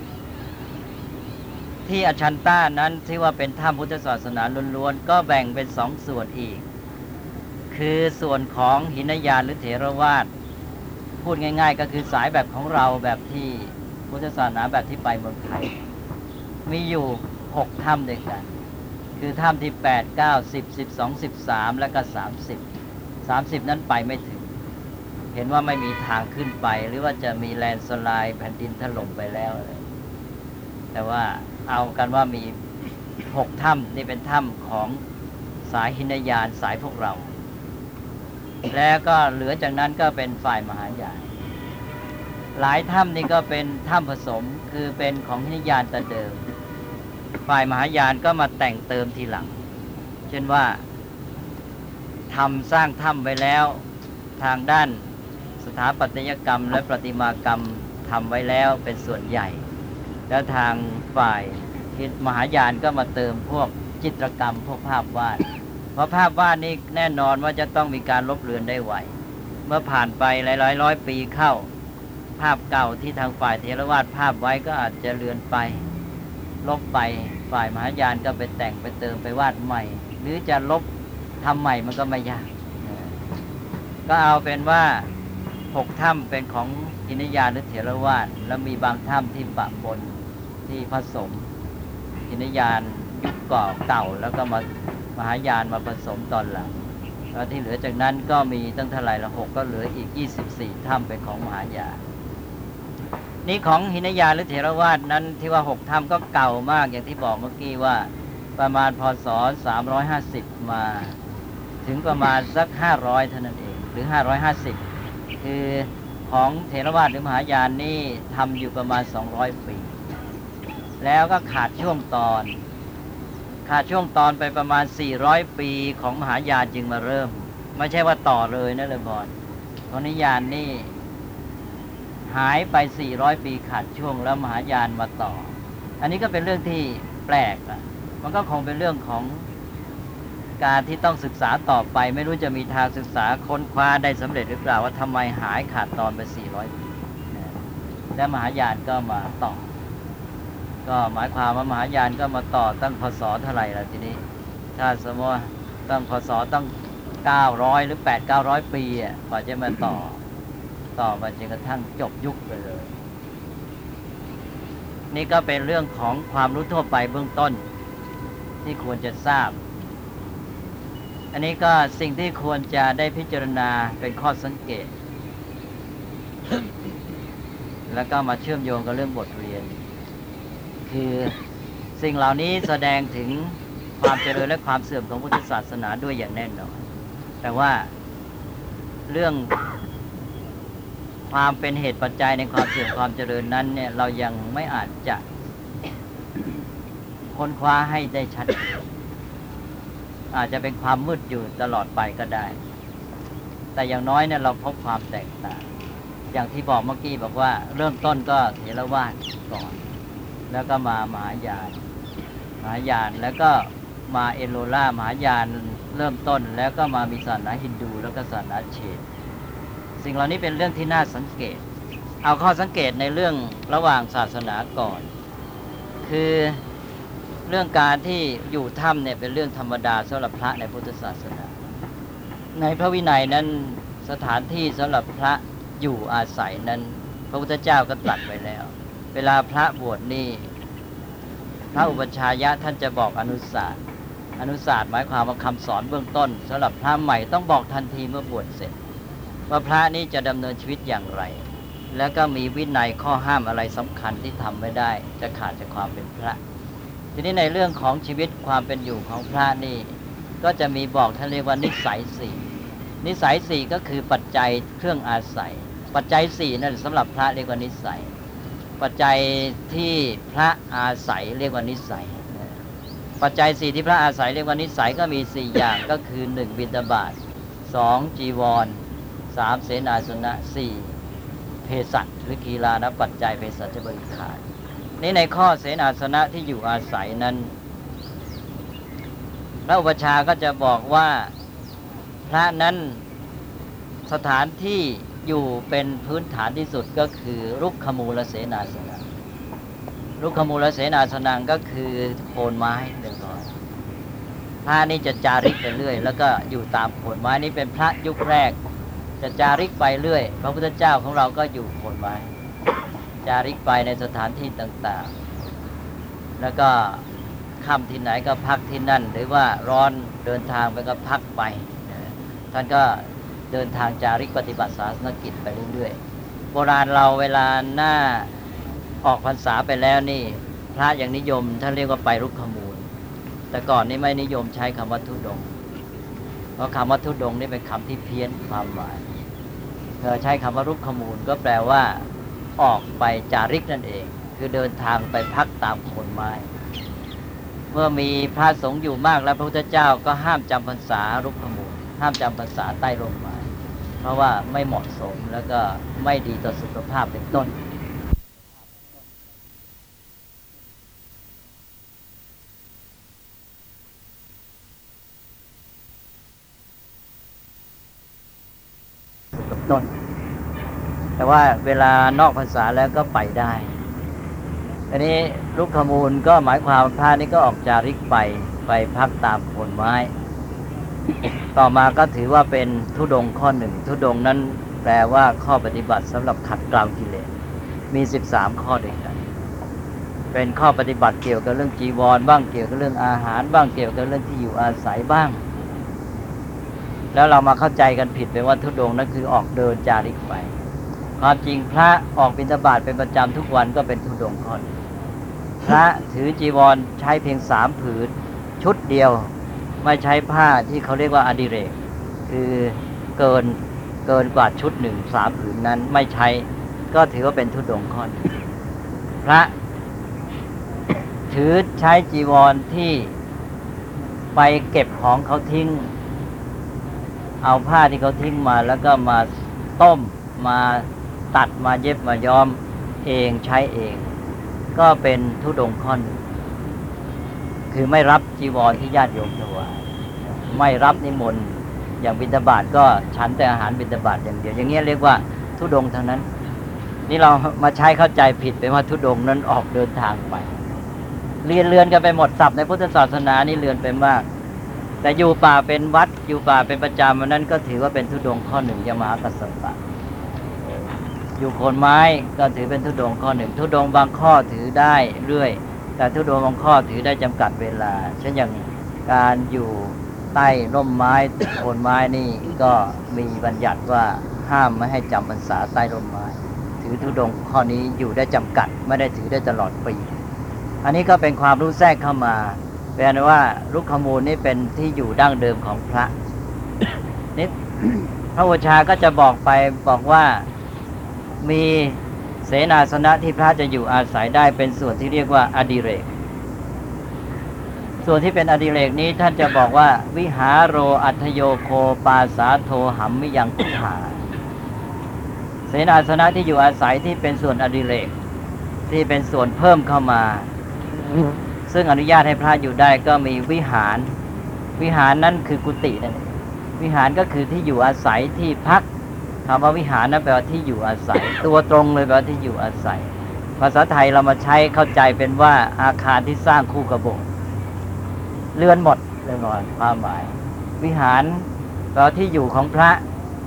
ที่อาชันต้านั้นที่ว่าเป็นถ้ำพุทธศาสนาล้วนๆก็แบ่งเป็นสองส่วนอีกคือส่วนของหินยานหรือเถรวาทพูดง่ายๆก็คือสายแบบของเราแบบที่พุทธศาสนาแบบที่ไปเมืองไทยมีอยู่หกถ้ำด้วยกันคือถ้ำที่แปด เก้า สิบ สิบสอง สิบสามแล้วก็สามสิบ สามสิบนั้นไปไม่ถึงเห็นว่าไม่มีทางขึ้นไปหรือว่าจะมีแลนด์สไลด์แผ่นดินถล่มไปแล้วแต่ว่าเอากันว่ามีหกถ้ำนี่เป็นถ้ำของสายหินยานสายพวกเราแล้วก็เหลือจากนั้นก็เป็นฝ่ายมหายานหลายถ้ำนี่ก็เป็นถ้ำผสมคือเป็นของหินยานแต่เดิมฝ่ายมหายานก็มาแต่งเติมทีหลังเช่นว่าทำสร้างถ้ำไว้แล้วทางด้านสถาปัตยกรรมและประติมากรรมทำไว้แล้วเป็นส่วนใหญ่แล้วทางฝ่ายมหายานก็มาเติมพวกจิตรกรรมพวกภาพวาดเพราะภาพวาดนี้แน่นอนว่าจะต้องมีการลบเลือนได้ไวเมื่อผ่านไปหลายร้อยร้อยปีเข้าภาพเก่าที่ทางฝ่ายเถรวาทภาพไว้ก็อาจจะเลือนไปลบไปฝ่ายมหายานก็ไปแต่งไปเติมไปวาดใหม่หรือจะลบทำใหม่มันก็ไม่ยากก็เอาเป็นว่าหกถ้ำเป็นของหินยานหรือเถรวาทแล้วมีบางถ้ำที่ปะปนที่ผสมหินยานยุคก่อเก่าแล้วก็มามหายานมาผสมตอนหลังแล้วที่เหลือจากนั้นก็มีตั้งเท่าไหร่ละหกก็เหลืออีกยี่สิบสี่ถ้ำเป็นของมหายานนี่ของหินยานหรือเถรวาทนั้นที่ว่าหกถ้ำก็เก่ามากอย่างที่บอกเมื่อกี้ว่าประมาณพ.ศ. สามร้อยห้าสิบมาถึงประมาณสักห้าร้อยเท่านั้นเองหรือห้าร้อยห้าสิบคือของเถรวาทหรือมหายานนี่ทำอยู่ประมาณสองร้อยปีแล้วก็ขาดช่วงตอนขาดช่วงตอนไปประมาณสี่ร้อยปีของมหายานจึงมาเริ่มไม่ใช่ว่าต่อเลยนะเลยบอลของนิยานนี่หายไปสี่ร้อยปีขาดช่วงแล้วมหายานมาต่ออันนี้ก็เป็นเรื่องที่แปลกอ่ะมันก็คงเป็นเรื่องของการที่ต้องศึกษาต่อไปไม่รู้จะมีทางศึกษาค้นคว้าได้สำเร็จหรือเปล่าว่าทำไมหายขาดตอนไปสี่ร้อยปีแล้วมหายานก็มาต่อก็หมายความว่ามหายานก็มาต่อตั้งพ.ศ. เท่าไหร่ล่ะทีนี้ถ้าสมมติตั้งพ.ศ. ตั้งเก้าร้อยหรือแปด เก้าร้อยปีอ่ะกว่าจะมาต่อต่อมาจนกระทั่งจบยุคไปเลยนี่ก็เป็นเรื่องของความรู้ทั่วไปเบื้องต้นที่ควรจะทราบอันนี้ก็สิ่งที่ควรจะได้พิจารณาเป็นข้อสังเกต แล้วก็มาเชื่อมโยงกับเรื่องบทเรียนคือสิ่งเหล่านี้แสดงถึงความเจริญและความเสื่อมของพุทธศาสนาด้วยอย่างแน่นอนแต่ว่าเรื่องความเป็นเหตุปัจจัยในความเสื่อมความเจริญนั้นเนี่ยเรายังไม่อาจจะค้นคว้าให้ได้ชัดเจนอาจจะเป็นความมืดอยู่ตลอดไปก็ได้แต่อย่างน้อยเนี่ยเราพบความแตกต่างอย่างที่บอกเมื่อกี้บอกว่าเริ่มต้นก็เถรวาทก่อนแล้วก็มามหายานมหายานแล้วก็มาเอโลรามหายานเริ่มต้นแล้วก็มามีศาสนาฮินดูแล้วก็ศาสนาเชนสิ่งเหล่านี้เป็นเรื่องที่น่าสังเกตเอาข้อสังเกตในเรื่องระหว่างศาสนาก่อนคือเรื่องการที่อยู่ถ้ำเนี่ยเป็นเรื่องธรรมดาสำหรับพระในพุทธศาสนาในพระวินัยนั้นสถานที่สำหรับพระอยู่อาศัยนั้นพระพุทธเจ้าก็ตรัสไว้แล้วเวลาพระบวชนี่พระอุปัชฌายะท่านจะบอกอนุสาสน์อนุสาสน์หมายความว่าคำสอนเบื้องต้นสำหรับพระใหม่ต้องบอกทันทีเมื่อบวชเสร็จว่าพระนี้จะดำเนินชีวิตอย่างไรแล้วก็มีวินัยข้อห้ามอะไรสำคัญที่ทำไม่ได้จะขาดจากความเป็นพระทีนี้ในเรื่องของชีวิตความเป็นอยู่ของพระนี่ก็จะมีบอกท่านเรียกว่านิสัยสี่นิสัยสี่ก็คือปัจจัยเครื่องอาศัยปัจจัยสี่นั่นสำหรับพระเรียกว่านิสัยปัจจัยที่พระอาศัยเรียกว่านิสัยปัจจัยสี่ที่พระอาศัยเรียกว่านิสัยก็มีสี่อย่างก็คือหนึ่งบิณฑบาตสองจีวรสามเสนาสนะสี่เภสัชหรือกีฬานปัจจัยเภสัชบริขารนี้ในข้อเสนาสนะที่อยู่อาศัยนั้นพระอุปชาก็จะบอกว่าพระนั้นสถานที่อยู่เป็นพื้นฐานที่สุดก็คือรุกขมูลเสนาสนะรุกขมูลเสนาสนังก็คือโคนไม้เรียบร้อยพระนี่จะจาริกไปเรื่อยแล้วก็อยู่ตามโคนไม้นี้เป็นพระยุคแรกจะจาริกไปเรื่อยพระพุทธเจ้าของเราก็อยู่โคนไม้จาริกไปในสถานที่ต่างๆแล้วก็ค่ำที่ไหนก็พักที่นั่นหรือว่าร้อนเดินทางไปก็พักไปท่านก็เดินทางจาริกปฏิบัติศาสนกิจไปเรื่อยๆโบราณเราเวลาหน้าออกพรรษาไปแล้วนี่พระอย่างนิยมท่านเรียกว่าไปรุกขมูลแต่ก่อนนี่ไม่นิยมใช้คำว่าธุดงค์เพราะคำว่าธุดงค์นี่เป็นคำที่เพี้ยนความหมายเธอใช้คำว่ารุกขมูลก็แปลว่าออกไปจาริกนั่นเองคือเดินทางไปพักตามโคนไม้เมื่อมีพระสงฆ์อยู่มากแล้วพระพุทธเจ้าก็ห้ามจำพรรษารุกขมูลห้ามจำพรรษาใต้ร่มไม้เพราะว่าไม่เหมาะสมแล้วก็ไม่ดีต่อสุขภาพเป็นต้นต้นแต่ว่าเวลานอกพรรษาแล้วก็ไปได้อันนี้รุกขมูลก็หมายความพระนี่ก็ออกจาริกไปไปพักตามโคนไม้ต่อมาก็ถือว่าเป็นธุดงค์ข้อหนึ่งธุดงค์นั้นแปลว่าข้อปฏิบัติสำหรับขัดเกลากิเลสมีสิบสามข้อด้วยกันเป็นข้อปฏิบัติเกี่ยวกับเรื่องจีวรบ้างเกี่ยวกับเรื่องอาหารบ้างเกี่ยวกับเรื่องที่อยู่อาศัยบ้างแล้วเรามาเข้าใจกันผิดไปว่าธุดงค์นั้นคือออกเดินจาริกไปความจริงพระออกบิณฑบาตเป็นประจำทุกวันก็เป็นธุดงค์ข้อหนึ่งพระถือจีวรใช้เพียงสามผืนชุดเดียวไม่ใช้ผ้าที่เขาเรียกว่าอดิเรกคือเกินเกินกว่าชุดหนึ่งสามผืนนั้นไม่ใช้ก็ถือว่าเป็นธุดงค์ข้อหนึ่งพระถือใช้จีวรที่ไปเก็บของเขาทิ้งเอาผ้าที่เขาทิ้งมาแล้วก็มาต้มมาตัดมาเย็บมาย้อมเองใช้เองก็เป็นธุดงค์ข้อหนึ่งคือไม่รับจีวรที่ญาติโยมถวายไม่รับนิมนต์อย่างบิณฑบาตก็ฉันแต่อาหารบิณฑบาตอย่างเดียวอย่างเงี้ยเรียกว่าธุดงค์ทั้งนั้นนี่เรามาใช้เข้าใจผิดไปว่าธุดงค์นั้นออกเดินทางไปเรียนเรือนกันไปหมดศัพท์ในพุทธศาสนานี่เรือนไปมากแต่อยู่ป่าเป็นวัดอยู่ป่าเป็นประจำมันนั้นก็ถือว่าเป็นธุดงค์ข้อหนึ่งยมหากัสสปะอยู่โคนไม้ก็ถือเป็นธุดงค์ข้อหนึ่งธุดงค์บางข้อถือได้เรื่อยแต่ธุดงค์บางข้อถือได้จำกัดเวลาเช่นอย่างการอยู่ใต้ร่มไม้โคนไม้นี่ก็มีบัญญัติว่าห้ามไม่ให้จำพรรษาใต้ร่มไม้ถือธุดงค์ข้อนี้อยู่ได้จำกัดไม่ได้ถือได้ตลอดปีอันนี้ก็เป็นความรู้แทรกเข้ามาแปลว่ารุกขมูลนี่เป็นที่อยู่ดั้งเดิมของพระนี่ พระอุปชาก็จะบอกไปบอกว่ามีเสนาสนะที่พระจะอยู่อาศัยได้เป็นส่วนที่เรียกว่าอดิเรกส่วนที่เป็นอดิเรกนี้ท่านจะบอกว่าวิหารโรอัฏฐโยโคปาสาโทหัมมิยังคุหาเสนาสนะที่อยู่อาศัยที่เป็นส่วนอดิเรกที่เป็นส่วนเพิ่มเข้ามาซึ่งอนุญาตให้พระอยู่ได้ก็มีวิหารวิหารนั้นคือกุฏินั่นเองวิหารก็คือที่อยู่อาศัยที่พักคำว่าวิหารนั้นแปลว่าที่อยู่อาศัยตัวตรงเลยแปลว่าที่อยู่อาศัยภาษาไทยเรามาใช้เข้าใจเป็นว่าอาคารที่สร้างคู่กับโบสถ์เรือนหมดเรื่องนอนความหมายวิหารแปลว่าที่อยู่ของพระ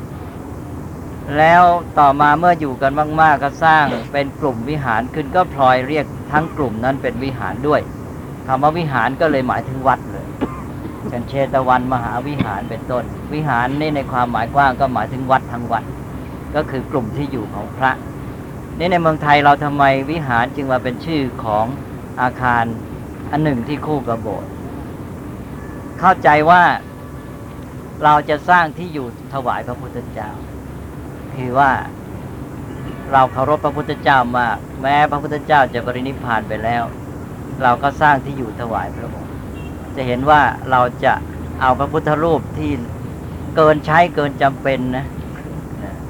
แล้วต่อมาเมื่ออยู่กันมากๆก็สร้างเป็นกลุ่มวิหารขึ้นก็พลอยเรียกทั้งกลุ่มนั้นเป็นวิหารด้วยคำว่าวิหารก็เลยหมายถึงวัดเลยเช่นเชตวันมหาวิหารเป็นต้นวิหารนี่ในความหมายกว้างก็หมายถึงวัดทั้งวัดก็คือกลุ่มที่อยู่ของพระนี่ในเมืองไทยเราทำไมวิหารจึงมาเป็นชื่อของอาคารอันหนึ่งที่คู่กับโบสถ์เข้าใจว่าเราจะสร้างที่อยู่ถวายพระพุทธเจ้าคือว่าเราเคารพพระพุทธเจ้ามากแม้พระพุทธเจ้าจะปรินิพพานไปแล้วเราก็สร้างที่อยู่ถวายพระองค์จะเห็นว่าเราจะเอาพระพุทธรูปที่เกินใช้เกินจำเป็นนะ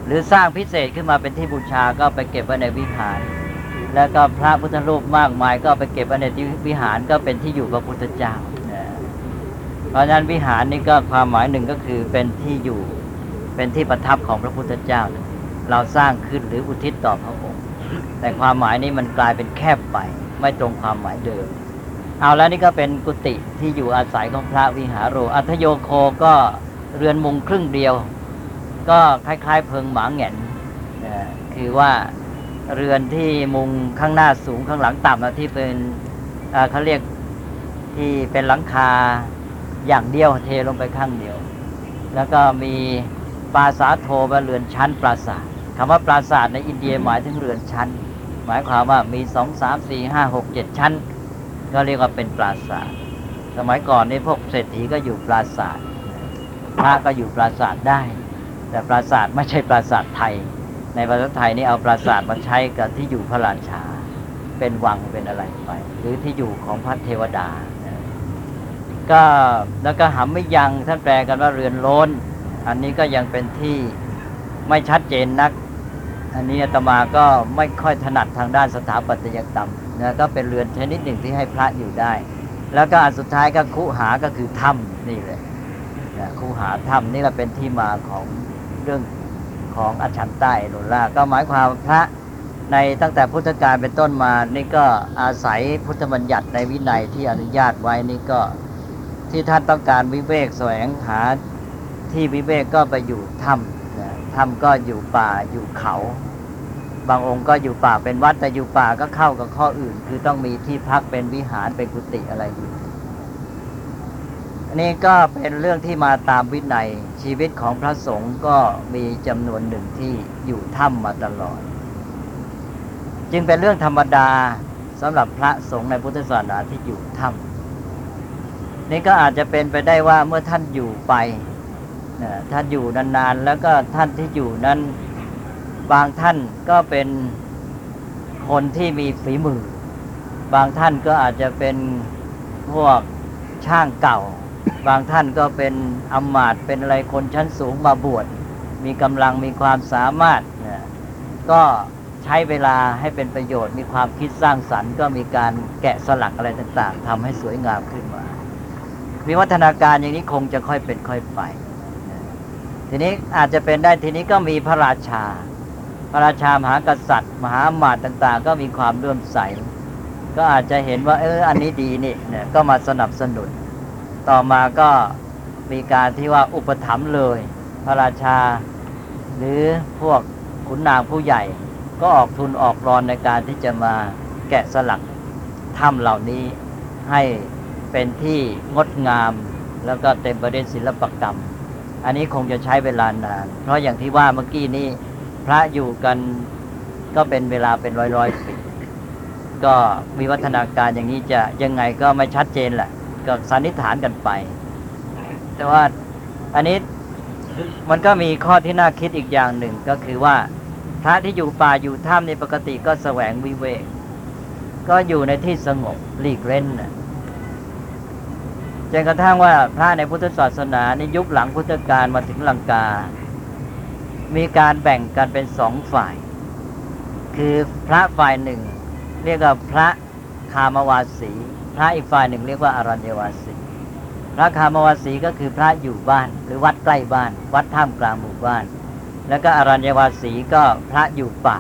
หรือสร้างพิเศษขึ้นมาเป็นที่บูชาก็ไปเก็บไว้ในวิหารแล้วก็พระพุทธรูปมากมายก็ไปเก็บไว้ในที่วิหารก็เป็นที่อยู่พระพุทธเจ้าเพราะฉะนั้นวิหารนี่ก็ความหมายหนึ่งก็คือเป็นที่อยู่เป็นที่ประทับของพระพุทธเจ้าเราสร้างขึ้นหรืออุทิศต่อพระองค์แต่ความหมายนี้มันกลายเป็นแคบไปไม่ตรงความหมายเดิมเอาแล้วนี่ก็เป็นกุฏิที่อยู่อาศัยของพระวิหารโรอัทโยโคก็เรือนมุงครึ่งเดียวก็คล้ายๆเพิงหมาแหง่นคือว่าเรือนที่มุงข้างหน้าสูงข้างหลังต่ำนะที่เป็นเขาเรียกที่เป็นหลังคาอย่างเดียวเทลงไปข้างเดียวแล้วก็มีปราสาทโทว่าเรือนชั้นปราสาทคำว่าปราสาทในอินเดียหมายถึงเรือนชั้นหมายความว่ามีสองสามสี่ห้าหกเจ็ดชั้นก็เรียกว่าเป็นปราสาทสมัยก่อนนี่พวกเศรษฐีก็อยู่ปราสาทพระก็อยู่ปราสาทได้แต่ปราสาทไม่ใช่ปราสาทไทยในประเทศไทยนี่เอาปราสาทมาใช้กับที่อยู่พระราชาเป็นวังเป็นอะไรไปหรือที่อยู่ของพระเทวดาก็แล้วก็หำไม่ยังท่านแปลกันว่าเรือนโล้นอันนี้ก็ยังเป็นที่ไม่ชัดเจนนักอันนี้อาตมาก็ไม่ค่อยถนัดทางด้านสถาปัตยกรรมนะก็เป็นเรือนชนิดหนึ่งที่ให้พระอยู่ได้แล้วก็อันสุดท้ายก็คุหาก็คือถ้ำนี่เลยนะคุหาถ้ำนี่แหละเป็นที่มาของเรื่องของอัจฉันใต้โนล่าก็หมายความพระในตั้งแต่พุทธกาลเป็นต้นมานี่ก็อาศัยพุทธบัญญัติในวินัยที่อนุญาตไว้นี่ก็ที่ท่านต้องการวิเวกแสวงหาที่วิเวกก็ไปอยู่ถ้ำนะถ้ำก็อยู่ป่าอยู่เขาบางองค์ก็อยู่ป่าเป็นวัดแต่อยู่ป่าก็เข้ากับข้ออื่นคือต้องมีที่พักเป็นวิหารเป็นกุฏิอะไรอยู่อันนี้ก็เป็นเรื่องที่มาตามวินัยชีวิตของพระสงฆ์ก็มีจำนวนหนึ่งที่อยู่ถ้ำมาตลอดจึงเป็นเรื่องธรรมดาสำหรับพระสงฆ์ในพุทธศาสนาที่อยู่ถ้ำนี่ก็อาจจะเป็นไปได้ว่าเมื่อท่านอยู่ไปนะท่านอยู่นานๆแล้วก็ท่านที่อยู่นั้นบางท่านก็เป็นคนที่มีฝีมือบางท่านก็อาจจะเป็นพวกช่างเก่าบางท่านก็เป็นอำมาตย์เป็นอะไรคนชั้นสูงมาบวชมีกำลังมีความสามารถนะก็ใช้เวลาให้เป็นประโยชน์มีความคิดสร้างสรรค์ก็มีการแกะสลักอะไรต่างๆทำให้สวยงามขึ้นมาวิวัฒนาการอย่างนี้คงจะค่อยเป็นค่อยไปทีนี้อาจจะเป็นได้ทีนี้ก็มีพระราชาพระราชามหากษัตริย์มหาอมาตย์ต่างๆก็มีความเลื่อมใสก็อาจจะเห็นว่าเอออันนี้ดีนี่เนี่ยก็มาสนับสนุนต่อมาก็มีการที่ว่าอุปถัมภ์เลยพระราชาหรือพวกขุนนางผู้ใหญ่ก็ออกทุนออกรอนในการที่จะมาแกะสลักถ้ำเหล่านี้ให้เป็นที่งดงามแล้วก็เต็มไปด้วยศิลปกรรมอันนี้คงจะใช้เวลานานเพราะอย่างที่ว่าเมื่อกี้นี้พระอยู่กันก็เป็นเวลาเป็นร้อยๆปีก็มีวัฒนาการอย่างนี้จะยังไงก็ไม่ชัดเจนแหละก็สันนิษฐานกันไปแต่ว่าอันนี้มันก็มีข้อที่น่าคิดอีกอย่างหนึ่งก็คือว่าพระที่อยู่ป่าอยู่ถ้ำในปกติก็แสวงวิเวกก็อยู่ในที่สงบหลีกเล่นนะจนกระทั่งว่าพระในพุทธศาสนาในยุคหลังพุทธกาลมาถึงลังกามีการแบ่งกันเป็นสองฝ่ายคือพระฝ่ายหนึ่งเรียกว่าพระคามวาสีพระอีกฝ่ายหนึ่งเรียกว่าอรัญญวาสีพระคามวาสีก็คือพระอยู่บ้านหรือวัดใกล้บ้านวัดท่ามกลางหมู่บ้านแล้วก็อรัญญวาสีก็พระอยู่ป่า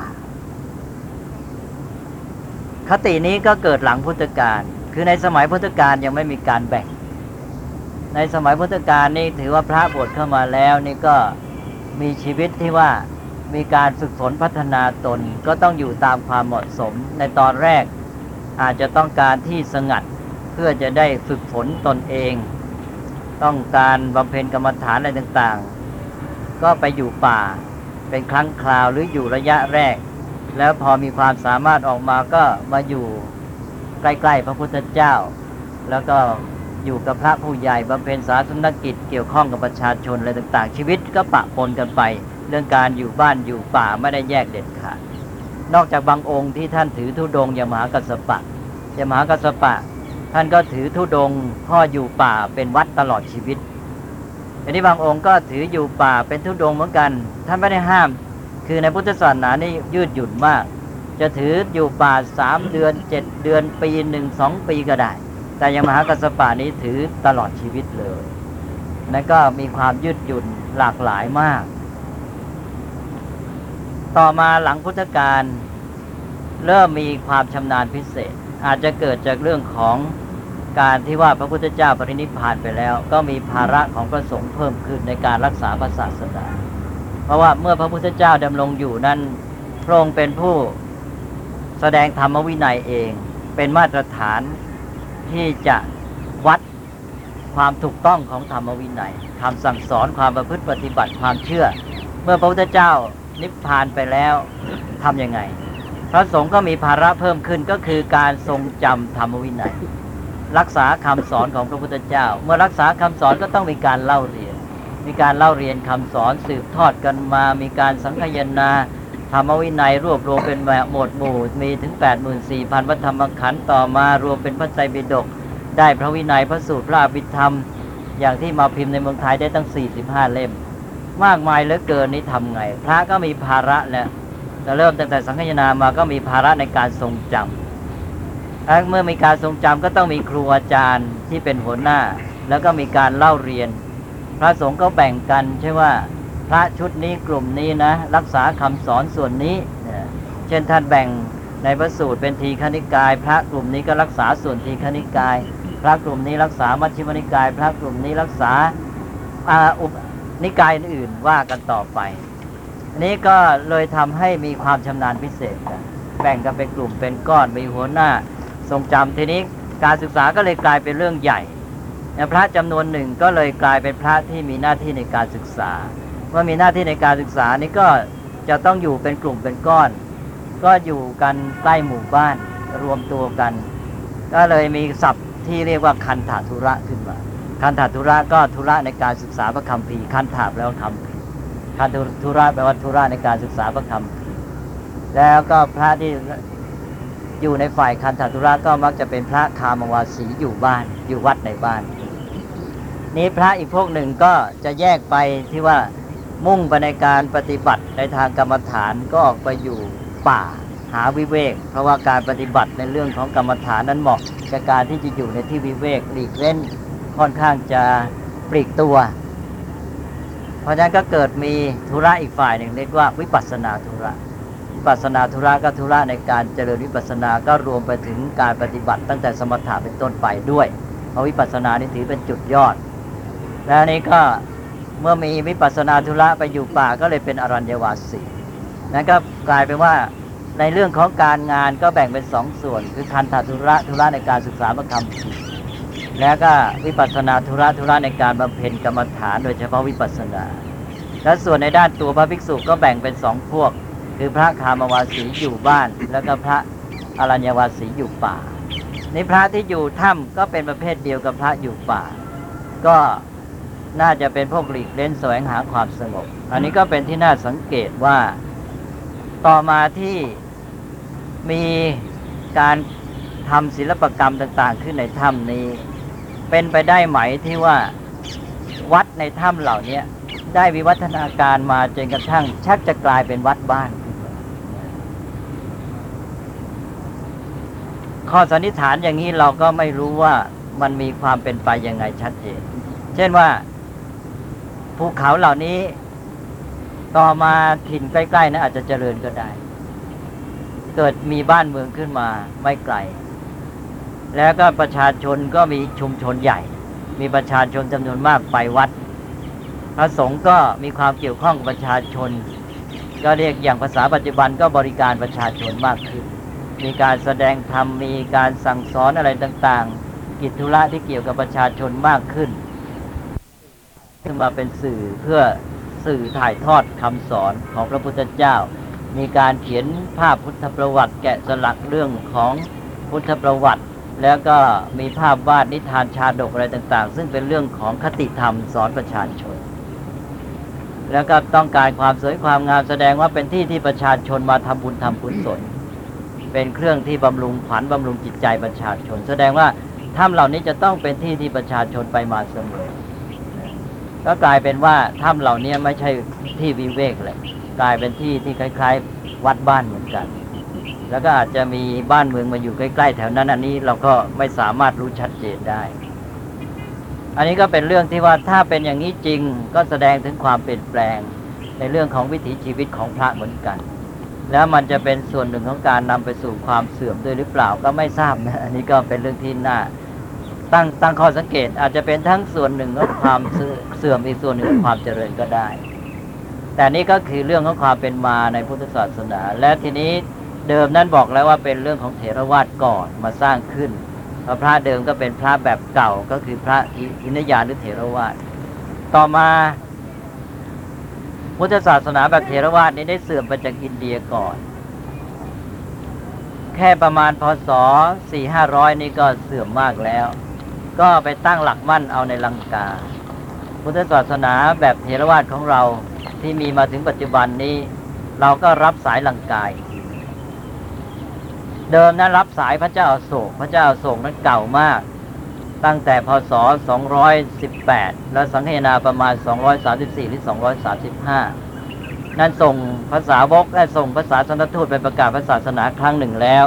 คตินี้ก็เกิดหลังพุทธกาลคือในสมัยพุทธกาลยังไม่มีการแบ่งในสมัยพุทธกาลนี่ถือว่าพระบวชเข้ามาแล้วนี่ก็มีชีวิตที่ว่ามีการฝึกฝนพัฒนาตนก็ต้องอยู่ตามความเหมาะสมในตอนแรกอาจจะต้องการที่สงัดเพื่อจะได้ฝึกฝนตนเองต้องการบำเพ็ญกรรมฐานอะไรต่างๆก็ไปอยู่ป่าเป็นครั้งคราวหรืออยู่ระยะแรกแล้วพอมีความสามารถออกมาก็มาอยู่ใกล้ๆพระพุทธเจ้าแล้วก็อยู่กับพระผู้ใหญ่บำเพ็ญศาสนกิจเกี่ยวข้องกับประชาชนอะไรต่างๆชีวิตก็ปะปนกันไปเรื่องการอยู่บ้านอยู่ป่าไม่ได้แยกเด็ดขาดนอกจากบางองค์ที่ท่านถือธุดงค์อย่างมหากัสสปะอย่างมหากัสสปะท่านก็ถือธุดงค์พ่ออยู่ป่าเป็นวัดตลอดชีวิตอันนี้บางองค์ก็ถืออยู่ป่าเป็นธุดงค์เหมือนกันท่านไม่ได้ห้ามคือในพุทธศาสนานี่ยืดหยุ่นมากจะถืออยู่ป่าสามเดือนเจ็ดเดือนปีหนึ่งสองปีก็ได้แต่ยังมหากัสสปะนี้ถือตลอดชีวิตเลยนั่นก็มีความยืดหยุ่นหลากหลายมากต่อมาหลังพุทธกาลเริ่มมีความชำนาญพิเศษอาจจะเกิดจากเรื่องของการที่ว่าพระพุทธเจ้าปรินิพพานไปแล้วก็มีภาระของพระสงฆ์เพิ่มขึ้นในการรักษาพระศาสนาเพราะว่าเมื่อพระพุทธเจ้าดำรงอยู่นั้นพระองค์เป็นผู้แสดงธรรมวินัยเองเป็นมาตรฐานที่จะวัดความถูกต้องของธรรมวินัยคำสั่งสอนความประพฤติปฏิบัติความเชื่อเมื่อพระพุทธเจ้านิพพานไปแล้วทำยังไงพระสงฆ์ก็มีภาระเพิ่มขึ้นก็คือการทรงจำธรรมวินัยรักษาคำสอนของพระพุทธเจ้าเมื่อรักษาคำสอนก็ต้องมีการเล่าเรียนมีการเล่าเรียนคำสอนสืบทอดกันมามีการสังคายนาธรรมวินัยรวบรวมเป็นหมวดหมู่มีถึง แปดหมื่นสี่พัน พระธรรมขันธ์ต่อมารวมเป็นพระไตรปิฎกได้พระวินัยพระสูตรพระอภิธรรมอย่างที่มาพิมพ์ในเมืองไทยได้ตั้งสี่สิบห้าเล่มมากมายเหลือเกินนี้ทำไงพระก็มีภาระแล้วแต่เริ่มตั้งแต่สังคายนามาก็มีภาระในการทรงจำเมื่อมีการทรงจำก็ต้องมีครูอาจารย์ที่เป็นหัวหน้าแล้วก็มีการเล่าเรียนพระสงฆ์ก็แบ่งกันใช่ว่าพระชุดนี้กลุ่มนี้นะรักษาคำสอนส่วนนี้เช่นท่านแบ่งในพระสูตรเป็นทีฆนิกายพระกลุ่มนี้ก็รักษาส่วนทีฆนิกายพระกลุ่มนี้รักษามัชฌิมนิกายพระกลุ่มนี้รักษาอุปนิกายอื่นว่ากันต่อไปนี้ก็เลยทำให้มีความชำนาญพิเศษกันแบ่งกันเป็นกลุ่มเป็นก้อนมีหัวหน้าทรงจำทีนี้การศึกษาก็เลยกลายเป็นเรื่องใหญ่พระจำนวนหนึ่งก็เลยกลายเป็นพระที่มีหน้าที่ในการศึกษาเมื่อมีหน้าที่ในการศึกษานี้ก็จะต้องอยู่เป็นกลุ่มเป็นก้อนก็อยู่กันใกล้หมู่บ้านรวมตัวกันก็เลยมีศัพท์ที่เรียกว่าคันธธุระขึ้นมาคันธธุระก็ธุระในการศึกษาพระคัมภีร์คันธะแปลว่าคัมภีร์คันธุระแปลว่าธุระในการศึกษาพระคัมภีร์แล้วก็พระที่อยู่ในฝ่ายคันธธุระก็มักจะเป็นพระคามวาสีอยู่บ้านอยู่วัดในบ้านนี้พระอีกพวกหนึ่งก็จะแยกไปที่ว่ามุ่งไปในการปฏิบัติในทางกรรมฐานก็ออกไปอยู่ป่าหาวิเวกเพราะว่าการปฏิบัติในเรื่องของกรรมฐานนั้นเหมาะกับการที่จะอยู่ในที่วิเวกหลีกเล่นค่อนข้างจะปลีกตัวเพราะฉะนั้นก็เกิดมีธุระอีกฝ่ายหนึ่งเรียกว่าวิปัสสนาธุระวิปัสสนาธุระก็ธุระในการเจริญวิปัสสนาก็รวมไปถึงการปฏิบัติตั้งแต่สมถะเป็นต้นไปด้วยเพราะวิปัสสนานี่ถือเป็นจุดยอดและนี้ก็เมื่อมีวิปัสสนาธุระไปอยู่ป่าก็เลยเป็นอรัญญวาสีนั้นก็กลายเป็นว่าในเรื่องของการงานก็แบ่งเป็นสองส่วนคือคันธธุระธุระในการศึกษาพระคัมภีร์แล้วก็วิปัสสนาธุระธุระในการบำเพ็ญกรรมฐานโดยเฉพาะวิปัสสนาและส่วนในด้านตัวพระภิกษุก็แบ่งเป็นสองพวกคือพระคามวาสีอยู่บ้านแล้วก็พระอรัญญวาสีอยู่ป่าในพระที่อยู่ถ้ำก็เป็นประเภทเดียวกับพระอยู่ป่าก็น่าจะเป็นพวกหลีกเล่นแสวงหาความสงบอันนี้ก็เป็นที่น่าสังเกตว่าต่อมาที่มีการทำศิลปกรรมต่างๆขึ้นในถ้ำนี้เป็นไปได้ไหมที่ว่าวัดในถ้ำเหล่านี้ได้วิวัฒนาการมาจนกระทั่งชักจะกลายเป็นวัดบ้านข้อสันนิษฐานอย่างนี้เราก็ไม่รู้ว่ามันมีความเป็นไปยังไงชัดเจนเช่นว่าภูเขาเหล่านี้ต่อมาถิ่นใกล้ๆนั้นอาจจะเจริญก็ได้เกิดมีบ้านเมืองขึ้นมาไม่ไกลแล้วก็ประชาชนก็มีชุมชนใหญ่มีประชาชนจำนวนมากไปวัดพระสงฆ์ก็มีความเกี่ยวข้องกับประชาชนก็เรียกอย่างภาษาปัจจุบันก็บริการประชาชนมากขึ้นมีการแสดงธรรมมีการสั่งสอนอะไรต่างๆกิจธุระที่เกี่ยวกับประชาชนมากขึ้นขึ้นมาเป็นสื่อเพื่อสื่อถ่ายทอดคำสอนของพระพุทธเจ้ามีการเขียนภาพพุทธประวัติแกะสลักเรื่องของพุทธประวัติแล้วก็มีภาพวาดนิทานชาดกอะไรต่างๆซึ่งเป็นเรื่องของคติธรรมสอนประชาชนแล้วก็ต้องการความสวยความงามแสดงว่าเป็นที่ที่ประชาชนมาทำบุญทำกุศลเป็นเครื่องที่บำรุงขวัญบำรุงจิตใจประชาชนแสดงว่าถ้ำเหล่านี้จะต้องเป็นที่ที่ประชาชนไปมาเสมอก็กลายเป็นว่าถ้ำเหล่านี้ไม่ใช่ที่วิเวกเลยกลายเป็นที่ที่คล้ายๆวัดบ้านเหมือนกันแล้วก็อาจจะมีบ้านเมืองมาอยู่ใกล้ๆแถวนั้นอันนี้เราก็ไม่สามารถรู้ชัดเจนได้อันนี้ก็เป็นเรื่องที่ว่าถ้าเป็นอย่างนี้จริงก็แสดงถึงความเปลี่ยนแปลงในเรื่องของวิถีชีวิตของพระเหมือนกันแล้วมันจะเป็นส่วนหนึ่งของการนำไปสู่ความเสื่อมด้วยหรือเปล่าก็ไม่ทราบนะอันนี้ก็เป็นเรื่องที่น่าตั้งตั้งข้อสังเกตอาจจะเป็นทั้งส่วนหนึ่งของความเสื่อมอีกส่วนหนึ่งของความเจริญก็ได้แต่นี่ก็คือเรื่องของความเป็นมาในพุทธศาสนาและทีนี้เดิมนั้นบอกแล้วว่าเป็นเรื่องของเถรวาทก่อนมาสร้างขึ้นเพราะพระเดิมก็เป็นพระแบบเก่าก็คือพระอินยานหรือเถรวาทต่อมาพุทธศาสนาแบบเถรวาทนี้ได้เสื่อมไปจากอินเดียก่อนแค่ประมาณพศสี่ห้าร้อยนี่ก็เสื่อมมากแล้วก็ไปตั้งหลักมั่นเอาในลังกาพุทธศาสนาแบบเถรวาทของเราที่มีมาถึงปัจจุบันนี้เราก็รับสายลังกาอีกทีเดิมนั้นรับสายพระเจ้าอโศกพระเจ้าอโศกนั้นเก่ามากตั้งแต่พศสองร้อยสิบแปดและสังเฮนาประมาณสองร้อยสามสิบสี่หรือสองร้อยสามสิบห้านั้นส่งภาษาวกและส่งภาษาสันตทูตไปประกาศศาสนาครั้งหนึ่งแล้ว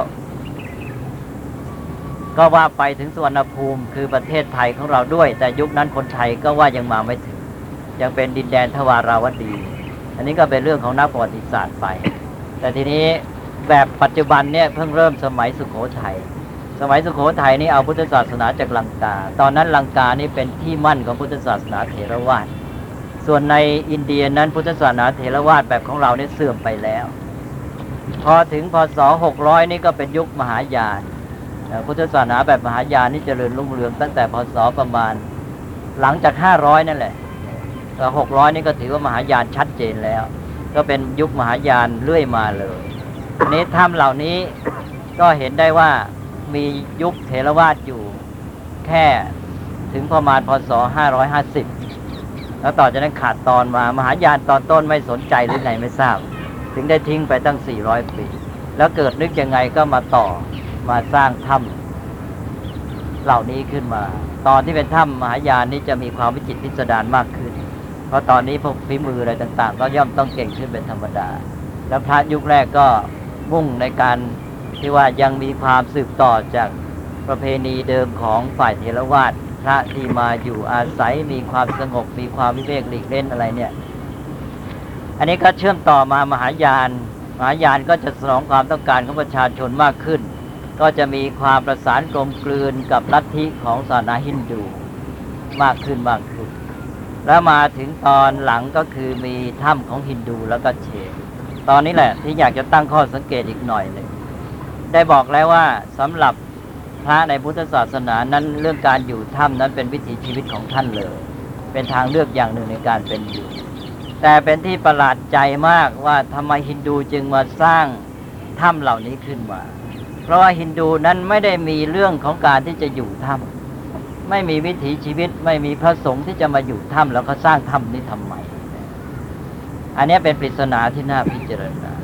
ก็ว่าไปถึงสุวรรณภูมิคือประเทศไทยของเราด้วยแต่ยุคนั้นคนไทยก็ว่ายังมาไม่ถึงยังเป็นดินแดนทวาราวดีอันนี้ก็เป็นเรื่องของนักประวัติศาสตร์ไปแต่ทีนี้แบบปัจจุบันเนี่ยเพิ่งเริ่มสมัยสุโขทัยสมัยสุโขทัยนี่เอาพุทธศาสนาจากลังกาตอนนั้นลังกานี่เป็นที่มั่นของพุทธศาสนาเถรวาทส่วนในอินเดียนั้นพุทธศาสนาเถรวาทแบบของเราเนี่ยเสื่อมไปแล้วพอถึงพศหกร้อยนี่ก็เป็นยุคมหายานพุทธศาสนาแบบมหายานนี่เจริญรุ่งเรืองตั้งแต่พศประมาณหลังจากห้าร้อยนั่นแหละแต่หกร้อยนี่ก็ถือว่ามหายานชัดเจนแล้วก็เป็นยุคมหายานเรื่อยมาเลยนี้ถ้ำเหล่านี้ก็เห็นได้ว่ามียุคเถรวาทอยู่แค่ถึงประมาณพศห้าร้อยห้าสิบแล้วต่อจากนั้นขาดตอนมามหายานตอนต้นไม่สนใจหรือไหนไม่ทราบถึงได้ทิ้งไปตั้งสี่ร้อยปีแล้วเกิดนึกยังไงก็มาต่อมาสร้างถ้ำเหล่านี้ขึ้นมาตอนที่เป็นถ้ำมหายานนี้จะมีความวิจิตรพิสดารมากขึ้นเพราะตอนนี้พวกฝีมืออะไรต่างๆก็ย่อมต้องเก่งขึ้นเป็นธรรมดาแล้วพระยุคแรกก็มุ่งในการที่ว่ายังมีความสืบต่อจากประเพณีเดิมของฝ่ายเถรวาทพระที่มาอยู่อาศัยมีความสงบมีความวิเวกหลีกเล่นอะไรเนี่ยอันนี้ก็เชื่อมต่อมามหายานมหายานก็จะสนองความต้องการของประชาชนมากขึ้นก็จะมีความประสานกลมกลืนกับลัทธิของศาสนาฮินดูมากขึ้นมากขึ้นแล้วมาถึงตอนหลังก็คือมีถ้ำของฮินดูแล้วก็เชนตอนนี้แหละที่อยากจะตั้งข้อสังเกตอีกหน่อยหนึ่งได้บอกแล้วว่าสำหรับพระในพุทธศาสนานั้นเรื่องการอยู่ถ้ำนั้นเป็นวิถีชีวิตของท่านเลยเป็นทางเลือกอย่างหนึ่งในการเป็นอยู่แต่เป็นที่ประหลาดใจมากว่าทำไมฮินดูจึงมาสร้างถ้ำเหล่านี้ขึ้นมาเพราะว่าฮินดูนั้นไม่ได้มีเรื่องของการที่จะอยู่ถ้ำไม่มีวิถีชีวิตไม่มีพระสงฆ์ที่จะมาอยู่ถ้ำแล้วก็สร้างถ้ำนี้ทำไมอันนี้เป็นปริศนาที่น่าพิจารณา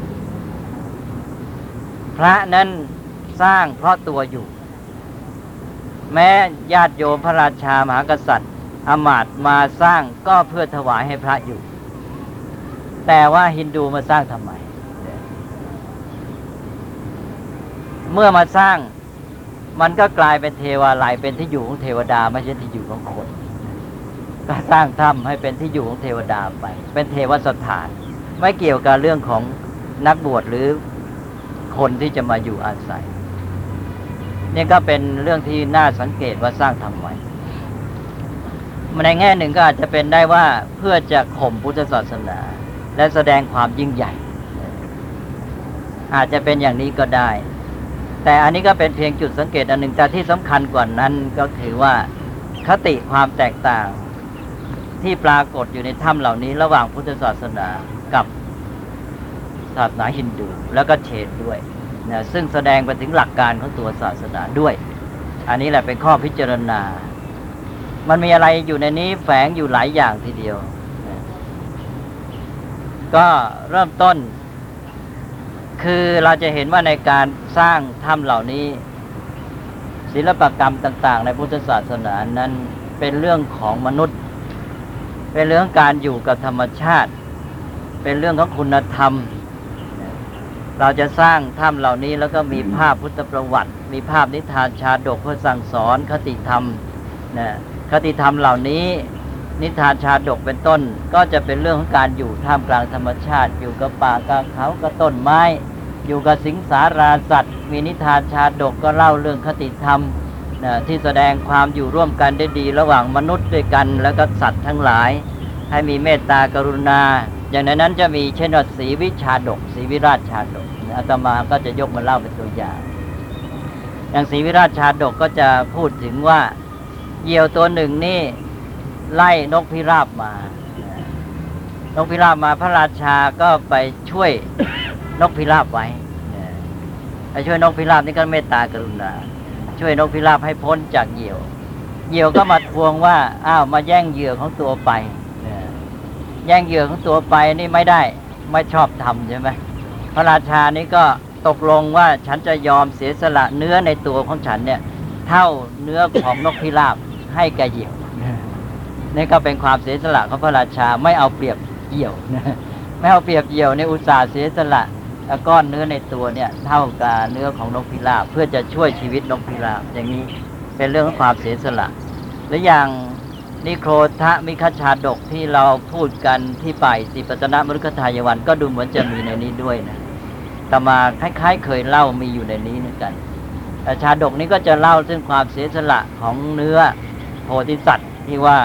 พระนั้นสร้างเพราะตัวอยู่แม้ญาติโยมพระราชามหากษัตริย์อมาตย์มาสร้างก็เพื่อถวายให้พระอยู่แต่ว่าฮินดูมาสร้างทำไมเมื่อมาสร้างมันก็กลายเป็นเทวาลัยเป็นที่อยู่ของเทวดาไม่ใช่ที่อยู่ของคนก็สร้างถ้ำให้เป็นที่อยู่ของเทวดาไปเป็นเทวสถานไม่เกี่ยวกับเรื่องของนักบวชหรือคนที่จะมาอยู่อาศัยนี่ก็เป็นเรื่องที่น่าสังเกตว่าสร้างทำไมในแง่หนึ่งก็อาจจะเป็นได้ว่าเพื่อจะข่มพุทธศาสนาและแสดงความยิ่งใหญ่อาจจะเป็นอย่างนี้ก็ได้แต่อันนี้ก็เป็นเพียงจุดสังเกตอันหนึ่งแต่ที่สำคัญกว่านั้นก็คือว่าคติความแตกต่างที่ปรากฏอยู่ในถ้ำเหล่านี้ระหว่างพุทธศาสนากับศาสนาฮินดูแล้วก็เชนด้วยนะซึ่งแสดงไปถึงหลักการของตัวศาสนาด้วยอันนี้แหละเป็นข้อพิจารณามันมีอะไรอยู่ในนี้แฝงอยู่หลายอย่างทีเดียวนะก็เริ่มต้นคือเราจะเห็นว่าในการสร้างถ้ำเหล่านี้ศิลปกรรมต่างๆในพุทธศาสนานั้นเป็นเรื่องของมนุษย์เป็นเรื่องการอยู่กับธรรมชาติเป็นเรื่องของคุณธรรมเราจะสร้างถ้ำเหล่านี้แล้วก็มีภาพพุทธประวัติมีภาพนิทานชาดกเพื่อสั่งสอนคติธรรมนะคติธรรมเหล่านี้นิทานชาดกเป็นต้นก็จะเป็นเรื่องของการอยู่ท่ามกลางธรรมชาติอยู่กับป่ากับเขากับต้นไม้อยู่กับสิงสาราสัตว์มีนิทานชาดกก็เล่าเรื่องคติธรรมนะที่แสดงความอยู่ร่วมกันได้ดีระหว่างมนุษย์ด้วยกันแล้วก็สัตว์ทั้งหลายให้มีเมตตากรุณาอย่างนั้นจะมีเช่นว่าศรีวิชาดกศรีวิราชชาดกอาตมาก็จะยกมาเล่าเป็นตัวอย่างอย่างศรีวิราชชาดกก็จะพูดถึงว่าเหยี่ยวตัวหนึ่งนี่ไล่นกพิราบมานกพิราบมาพระราชาก็ไปช่วยนกพิราบไว้ไปช่วยนกพิราบนี่ก็เมตตากรุณาช่วยนกพิราบให้พ้นจากเหยี่ยวเหยี่ยวก็มาทวงว่าอ้าวมาแย่งเหยื่อของตัวไปแย่งเหยื่อของตัวไปนี่ไม่ได้ไม่ชอบทำใช่ไหมพระราชานี่ก็ตกลงว่าฉันจะยอมเสียสละเนื้อในตัวของฉันเนี่ยเท่าเนื้อของนกพิราบให้แกเหยี่ยวนี่ก็เป็นความเสียสละของพระราชาไม่เอาเปรียบเหยี่ยวไม่เอาเปรียบเหยี่ยวในอุตสาห์เสียสละก้อนเนื้อในตัวเนี่ยเท่ากับเนื้อของนกพิราบเพื่อจะช่วยชีวิตนกพิราบอย่างนี้เป็นเรื่องของความเสียสละหรืออย่างนิโครธมิคชาดกที่เราพูดกันที่ป่ายสิปัตนมฤคทายวันก็ดูเหมือนจะมีในนี้ด้วยนะแต่มาคล้ายๆเคยเล่ามีอยู่ในนี้เหมือนกันแต่ชาดกนี้ก็จะเล่าถึงความเสียสละของเนื้อโพธิสัตว์ที่ว่า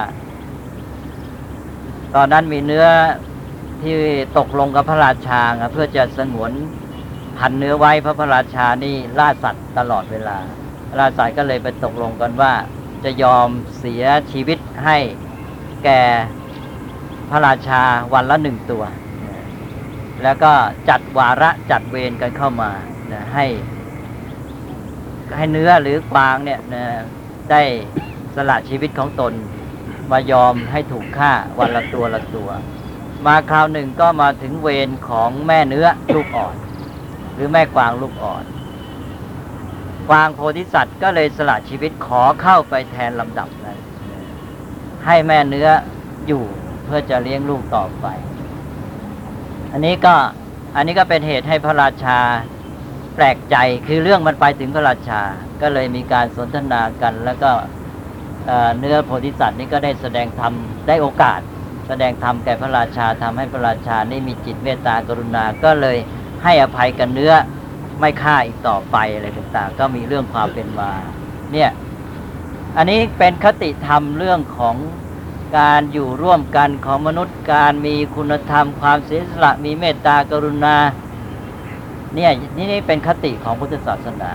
ตอนนั้นมีเนื้อที่ตกลงกับพระราชาเพื่อจะสงวนพันเนื้อไว้เพราะพระราชานี่ล่าสัตว์ตลอดเวลาพระราชาก็เลยไปตกลงกันว่าจะยอมเสียชีวิตให้แก่พระราชาวันละหนึ่งตัวแล้วก็จัดวาระจัดเวรกันเข้ามานะให้ให้เนื้อหรือกวางเนี่ยนะได้สละชีวิตของตนมายอมให้ถูกฆ่าวันละตัวละตัวมาคราวหนึ่งก็มาถึงเวรของแม่เนื้อลูกอ่อนหรือแม่กวางลูกอ่อนกวางโพธิสัตว์ก็เลยสละชีวิตขอเข้าไปแทนลำดับนั้นให้แม่เนื้ออยู่เพื่อจะเลี้ยงลูกต่อไปอันนี้ก็อันนี้ก็เป็นเหตุให้พระราชาแปลกใจคือเรื่องมันไปถึงพระราชาก็เลยมีการสนทนากันแล้วก็เนื้อโพธิสัตว์นี้ก็ได้แสดงธรรมได้โอกาสแสดงธรรมแก่พระราชาทำให้พระราชานี่มีจิตเมตตากรุณาก็เลยให้อภัยกันเนื้อไม่ฆ่าอีกต่อไปอะไรต่างๆก็มีเรื่องความเป็นมาเนี่ยอันนี้เป็นคติธรรมเรื่องของการอยู่ร่วมกันของมนุษย์การมีคุณธรรมความเสียสละมีเมตตากรุณาเนี่ยนี่นี่เป็นคติของพุทธศาสนา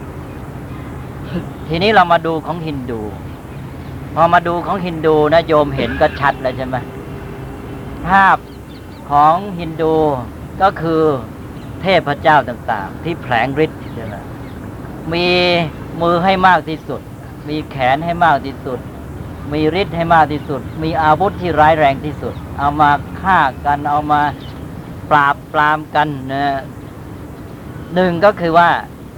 ทีนี้เรามาดูของฮินดูพอมาดูของฮินดูนะโยมเห็นก็ชัดเลยใช่ไหมภาพของฮินดูก็คือเทพเจ้าต่างๆที่แผลงฤทธิ์ใช่ไหมมีมือให้มากที่สุดมีแขนให้มากที่สุดมีฤทธิ์ให้มากที่สุดมีอาวุธที่ร้ายแรงที่สุดเอามาฆ่ากันเอามาปราบปรามกันนะหนึ่งก็คือว่า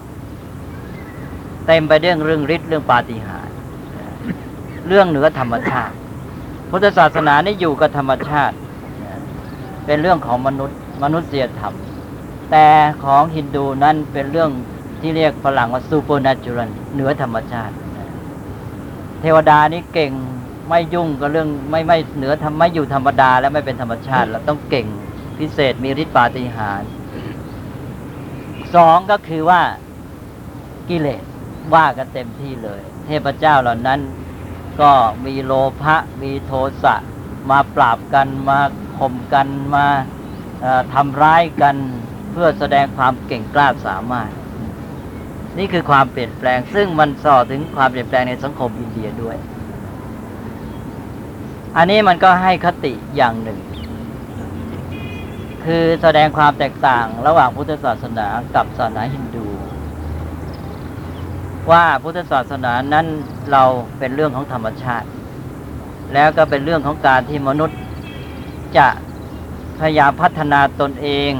เต็มไปด้วยเรื่องฤทธิ์เรื่องปาฏิหาริย์เรื่องเหนือธรรมชาติพุทธศาสนานี่อยู่กับธรรมชาติเป็นเรื่องของมนุษย์มนุษยธรรมแต่ของฮินดูนั้นเป็นเรื่องที่เรียกฝรั่งว่า supernatural เหนือธรรมชาติเทวดานี่เก่งไม่ยุ่งกับเรื่องไม่ไม่เหนือธรรมไม่อยู่ธรรมดาและไม่เป็นธรรมชาติเราต้องเก่งพิเศษมีฤทธิ์ปาฏิหาริย์สองก็คือว่ากิเลสว่ากันเต็มที่เลยเทพเจ้าเหล่านั้นก็มีโลภะมีโทสะมาปราบกันมาข่มกันมาทำร้ายกันเพื่อแสดงความเก่งกล้าสามารถนี่คือความเปลี่ยนแปลงซึ่งมันส่อถึงความเปลี่ยนแปลงในสังคมอินเดียด้วยอันนี้มันก็ให้คติอย่างหนึ่งคือแสดงความแตกต่างระหว่างพุทธศาสนากับศาสนาฮินดูว่าพุทธศาสนานั้นเราเป็นเรื่องของธรรมชาติแล้วก็เป็นเรื่องของการที่มนุษย์จะพยายามพัฒนาตนเอง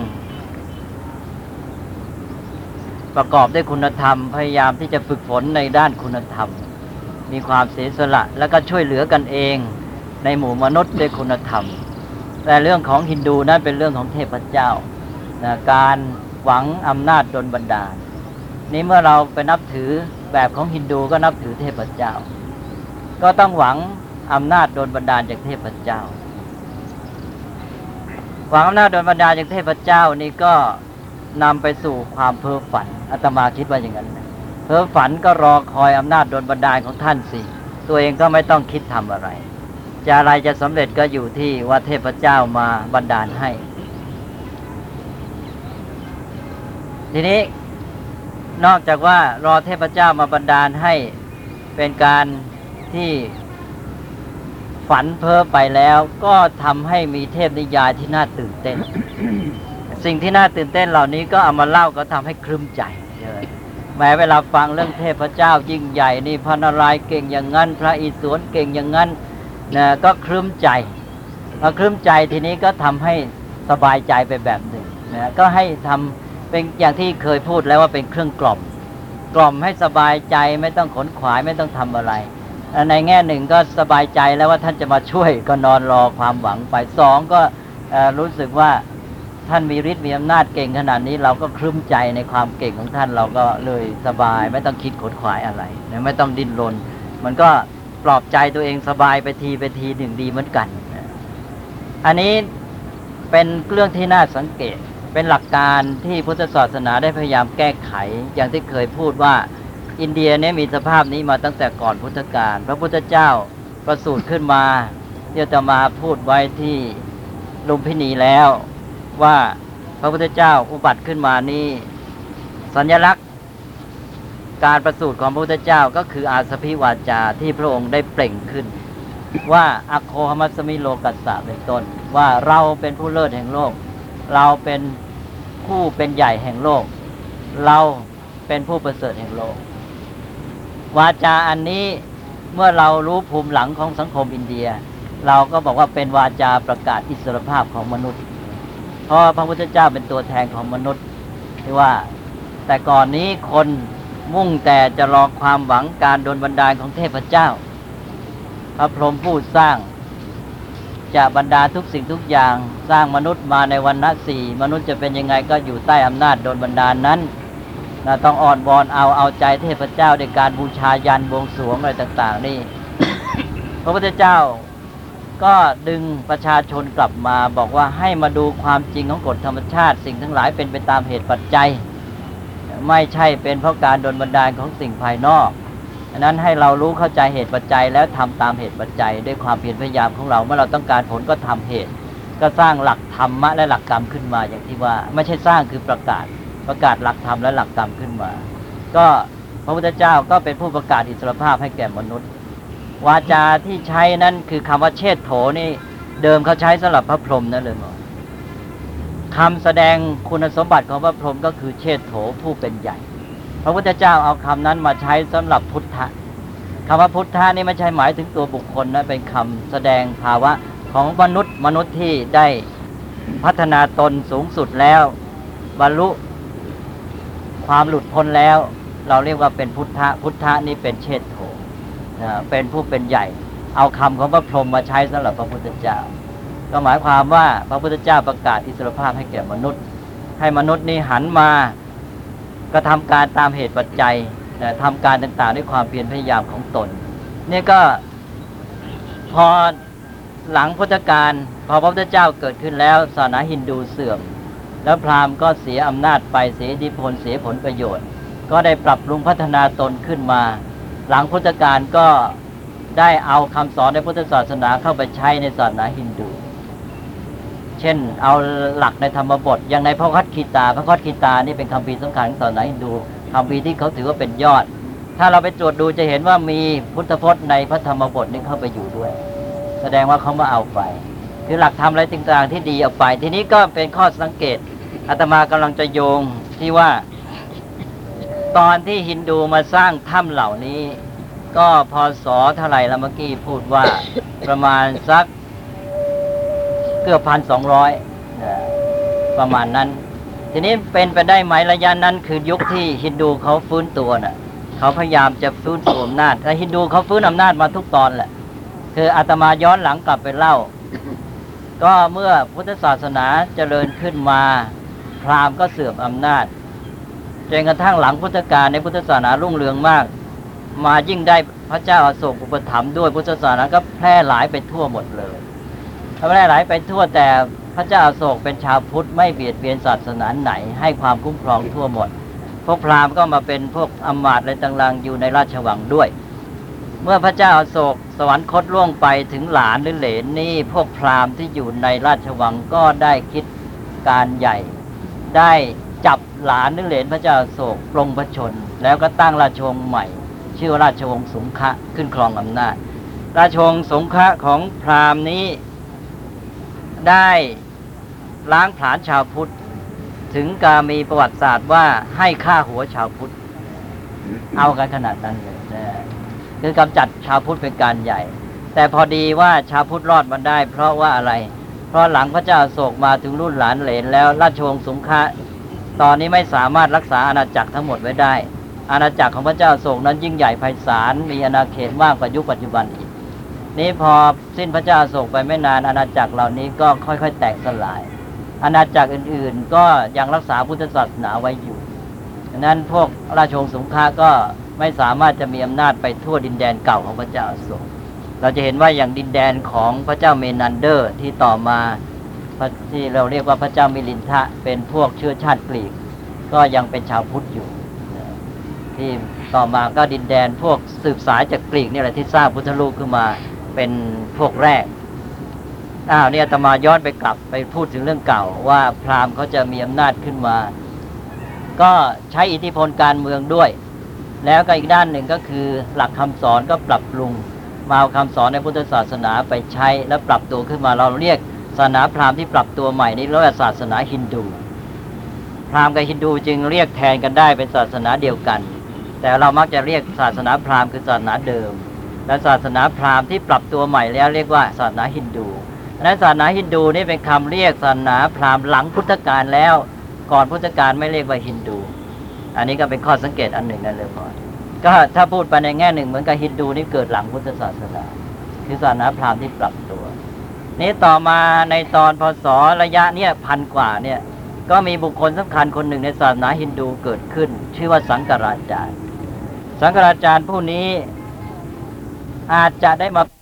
ประกอบด้วยคุณธรรมพยายามที่จะฝึกฝนในด้านคุณธรรมมีความเสียสละแล้วก็ช่วยเหลือกันเองในหมู่มนุษย์ด้วยคุณธรรมแต่เรื่องของฮินดูนั้นเป็นเรื่องของเทพเจ้านะการหวังอำนาจดลบันดาลนี้เมื่อเราไปนับถือแบบของฮินดูก็นับถือเทพเจ้าก็ต้องหวังอำนาจดลบันดาลจากเทพเจ้าหวังอำนาจดลบันดาลจากเทพเจ้านี่ก็นำไปสู่ความเพ้อฝันอาตมาคิดว่าอย่างนั้นเพ้อฝันก็รอคอยอำนาจดลบันดาลของท่านสิตัวเองก็ไม่ต้องคิดทำอะไรจะอะไรจะสำเร็จก็อยู่ที่ว่าเทพเจ้ามาบันดาลให้ทีนี้นอกจากว่ารอเทพเจ้ามาบันดาลให้เป็นการที่ฝันเพ้อไปแล้วก็ทำให้มีเทพนิยายที่น่าตื่นเต้น สิ่งที่น่าตื่นเต้นเหล่านี้ก็เอามาเล่าก็ทำให้ครึ้มใจแม้เวลาฟังเรื่องเทพเจ้ายิ่งใหญ่นี่พระนารายณ์เก่งอย่างนั้นพระอิศวรเก่งอย่างนั้นนะก็ครึ้มใจพอครึ้มใจทีนี้ก็ทำให้สบายใจไปแบบหนึ่งนะก็ให้ทำเป็นอย่างที่เคยพูดแล้วว่าเป็นเครื่องกล่อมกล่อมให้สบายใจไม่ต้องขนขวายไม่ต้องทำอะไรในแง่หนึ่งก็สบายใจแล้วว่าท่านจะมาช่วยก็นอนรอความหวังไปสองก็รู้สึกว่าท่านมีฤทธิ์มีอำนาจเก่งขนาดนี้เราก็ครึ้มใจในความเก่งของท่านเราก็เลยสบายไม่ต้องคิดขนขวายอะไรไม่ต้องดิ้นรนมันก็ปลอบใจตัวเองสบายไปทีไปทีหนึ่งดีเหมือนกันอันนี้เป็นเรื่องที่น่าสังเกตเป็นหลักการที่พุทธศาสนาได้พยายามแก้ไขอย่างที่เคยพูดว่าอินเดียเนี่ยมีสภาพนี้มาตั้งแต่ก่อนพุทธกาลพระพุทธเจ้าประสูติขึ้นมาเดี๋ยวจะมาพูดไว้ที่ลุมพินีแล้วว่าพระพุทธเจ้าอุบัติขึ้นมานี่สัญลักษณ์การประสูติของพระพุทธเจ้าก็คืออาสพิวาจาที่พระองค์ได้เปล่งขึ้นว่าอโคหมัสมิโลกัสสะเป็นต้นว่าเราเป็นผู้เลิศแห่งโลกเราเป็นผู้เป็นใหญ่แห่งโลกเราเป็นผู้ประเสริฐแห่งโลกวาจาอันนี้เมื่อเรารู้ภูมิหลังของสังคมอินเดียเราก็บอกว่าเป็นวาจาประกาศอิสรภาพของมนุษย์เพราะพระพุทธเจ้าเป็นตัวแทนของมนุษย์ที่ว่าแต่ก่อนนี้คนมุ่งแต่จะรอความหวังการดลบันดาลของเทพเจ้าพระพรหมผู้สร้างจะบรรดาทุกสิ่งทุกอย่างสร้างมนุษย์มาในวรรณะสี่มนุษย์จะเป็นยังไงก็อยู่ใต้อำนาจดลบันดาลนั้นนะต้องอ่อนวอนเอาเอาใจเทพเจ้าในการบูชายันบวงสรวงอะไรต่างๆนี่ พระพุทธเจ้าก็ดึงประชาชนกลับมาบอกว่าให้มาดูความจริงของกฎธรรมชาติสิ่งทั้งหลายเป็นไปตามเหตุปัจจัยไม่ใช่เป็นเพราะการดลบันดาลของสิ่งภายนอกฉะนั้นให้เรารู้เข้าใจเหตุปัจจัยแล้วทำตามเหตุปัจจัยด้วยความเพียรพยายามของเราเมื่อเราต้องการผลก็ทำเหตุก็สร้างหลักธรรมะและหลักกรรมขึ้นมาอย่างที่ว่าไม่ใช่สร้างคือประกาศประกาศหลักธรรมและหลักกรรมขึ้นมาก็พระพุทธเจ้าก็เป็นผู้ประกาศอิสรภาพให้แก่มนุษย์วาจาที่ใช้นั้นคือคำว่าเชษโถนี่เดิมเขาใช้สำหรับพระพรหมนั่นเลยคำแสดงคุณสมบัติของพระพรหมก็คือเชษโถผู้เป็นใหญ่พระพุทธเจ้าเอาคำนั้นมาใช้สำหรับพุทธะคำว่าพุทธะนี่ไม่ใช่หมายถึงตัวบุคคลนะเป็นคำแสดงภาวะของมนุษย์มนุษย์ที่ได้พัฒนาตนสูงสุดแล้วบรรลุความหลุดพ้นแล้วเราเรียกว่าเป็นพุทธะพุทธะนี่เป็นเชษโถเป็นผู้เป็นใหญ่เอาคำของพระพรหมมาใช้สำหรับพระพุทธเจ้าก็หมายความว่าพระพุทธเจ้าประกาศอิสรภาพให้แก่มนุษย์ให้มนุษย์นี่หันมากระทำการตามเหตุปัจจัยทำการต่างๆด้วยความเพียรพยายามของตนนี่ก็พอหลังพุทธกาลพอพระพุทธเจ้าเกิดขึ้นแล้วศาสนาฮินดูเสื่อมแล้วพราหมณ์ก็เสียอำนาจไปเสียอิทธิพลเสียผลประโยชน์ก็ได้ปรับปรุงพัฒนาตนขึ้นมาหลังพุทธกาลก็ได้เอาคำสอนในพุทธศาสนาเข้าไปใช้ในศาสนาฮินดูเช่นเอาหลักในธรรมบทอย่างในพระคัตคีตาพระคัตคีตานี่เป็นคัมภีร์สำคัญของศาสนาฮินดูคัมภีร์ที่เขาถือว่าเป็นยอดถ้าเราไปตรวจดูจะเห็นว่ามีพุทธพจน์ในพระธรรมบทนี้เข้าไปอยู่ด้วยแสดงว่าเขามาเอาไปคือหลักธรรมอะไรต่างๆที่ดีเอาไปทีนี้ก็เป็นข้อสังเกตอาตมากำลังจะโยงที่ว่าตอนที่ฮินดูมาสร้างถ้ำเหล่านี้ก็พศเท่าไหร่ละเมื่อกี้พูดว่าประมาณสักเกือบพันสองร้อยประมาณนั้นทีนี้เป็นไปได้ไหมระยะนั้นคือยุคที่ฮินดูเขาฟื้นตัวน่ะเขาพยายามจะฟื้นฟูอำนาจแต่ฮินดูเขาฟื้นอำนาจมาทุกตอนแหละคืออาตมาย้อนหลังกลับไปเล่า ก็เมื่อพุทธศาสนาเจริญขึ้นมาพราหมณ์ก็เสื่อมอำนาจจนกระทั่งหลังพุทธกาลในพุทธศาสนารุ่งเรืองมากมายิ่งได้พระเจ้าอโศกอุปถัมภ์ด้วยพุทธศาสนาก็แพร่หลายไปทั่วหมดเลยแพร่หลายไปทั่วแต่พระเจ้าอโศกเป็นชาวพุทธไม่เบียดเบียนศาสนาไหนให้ความคุ้มครองทั่วหมดพวกพราหมณ์ก็มาเป็นพวกอมาตย์อะไรต่างๆอยู่ในราชวังด้วยเมื่อพระเจ้าอโศกสวรรคตล่วงไปถึงหลานหรือเหลนนี่พวกพราหมณ์ที่อยู่ในราชวังก็ได้คิดการใหญ่ได้จับหลานหรือเหลนพระเจ้าอโศกปลงพระชนแล้วก็ตั้งราชวงศ์ใหม่ชื่อว่าราชวงศ์สุงคะขึ้นครองอำนาจราชวงศ์สุงคะของพราหมณ์นี้ได้ล้างผลาญชาวพุทธถึงกามีประวัติศาสตร์ว่าให้ฆ่าหัวชาวพุทธเอากันขนาดนั้นเลยนะคือกำจัดชาวพุทธเป็นการใหญ่แต่พอดีว่าชาวพุทธรอดมาได้เพราะว่าอะไรเพราะหลังพระเจ้าอโศกมาถึงรุ่นหลานเหลนแล้วราชวงศ์สุงคะตอนนี้ไม่สามารถรักษาอาณาจักรทั้งหมดไว้ได้อาณาจักรของพระเจ้าอโศกนั้นยิ่งใหญ่ไพศาลมีอาณาเขตมากกว่ายุคปัจจุบันอีกนี้พอสิ้นพระเจ้าอโศกไปไม่นานอาณาจักรเหล่านี้ก็ค่อยๆแตกสลายอาณาจักรอื่นๆก็ยังรักษาพุทธศาสนาไว้อยู่ดังนั้นพวกราชวงศ์สุงคะก็ไม่สามารถจะมีอำนาจไปทั่วดินแดนเก่าของพระเจ้าอโศกเราจะเห็นว่าอย่างดินแดนของพระเจ้าเมนันเดอร์ที่ต่อมาที่เราเรียกว่าพระเจ้ามิลินทะเป็นพวกเชื้อชาติกรีกก็ยังเป็นชาวพุทธอยู่ที่ต่อมาก็ดินแดนพวกสืบสายจากกรีกนี่แหละที่สร้างพุทธรูปขึ้นมาเป็นพวกแรกอ้าวเนี่ยอาตมาย้อนไปกลับไปพูดถึงเรื่องเก่าว่าพราหมณ์เขาจะมีอำนาจขึ้นมาก็ใช้อิทธิพลการเมืองด้วยแล้วก็อีกด้านหนึ่งก็คือหลักคำสอนก็ปรับปรุงมาเอาคำสอนในพุทธศาสนาไปใช้และปรับตัวขึ้นมาเราเรียกศาสนาพราหมณ์ที่ปรับตัวใหม่นี้เรียกว่าศาสนาฮินดูพราหมณ์กับฮินดูจึงเรียกแทนกันได้เป็นศาสนาเดียวกันแต่เรามักจะเรียกศาสนาพราหมณ์คือศาสนาเดิมและศาสนาพราหมณ์ที่ปรับตัวใหม่แล้วเรียกว่าศาสนาฮินดูและศาสนาฮินดูนี่เป็นคำเรียกศาสนาพราหมณ์หลังพุทธกาลแล้วก่อนพุทธกาลไม่เรียกว่าฮินดูอันนี้ก็เป็นข้อสังเกตอันหนึ่งนั่นเลยพอก็ถ้าพูดไปในแง่หนึ่งเหมือนกับฮินดูนี่เกิดหลังพุทธศาสนาคือศาสนาพราหมณ์ที่ปรับตัวนี้ต่อมาในตอนพศระยะเนี่ยพันกว่าเนี่ยก็มีบุคคลสำคัญคนหนึ่งในศาสนาฮินดูเกิดขึ้นชื่อว่าสังฆราจารย์สังฆราจารย์ผู้นี้อาจจะได้มา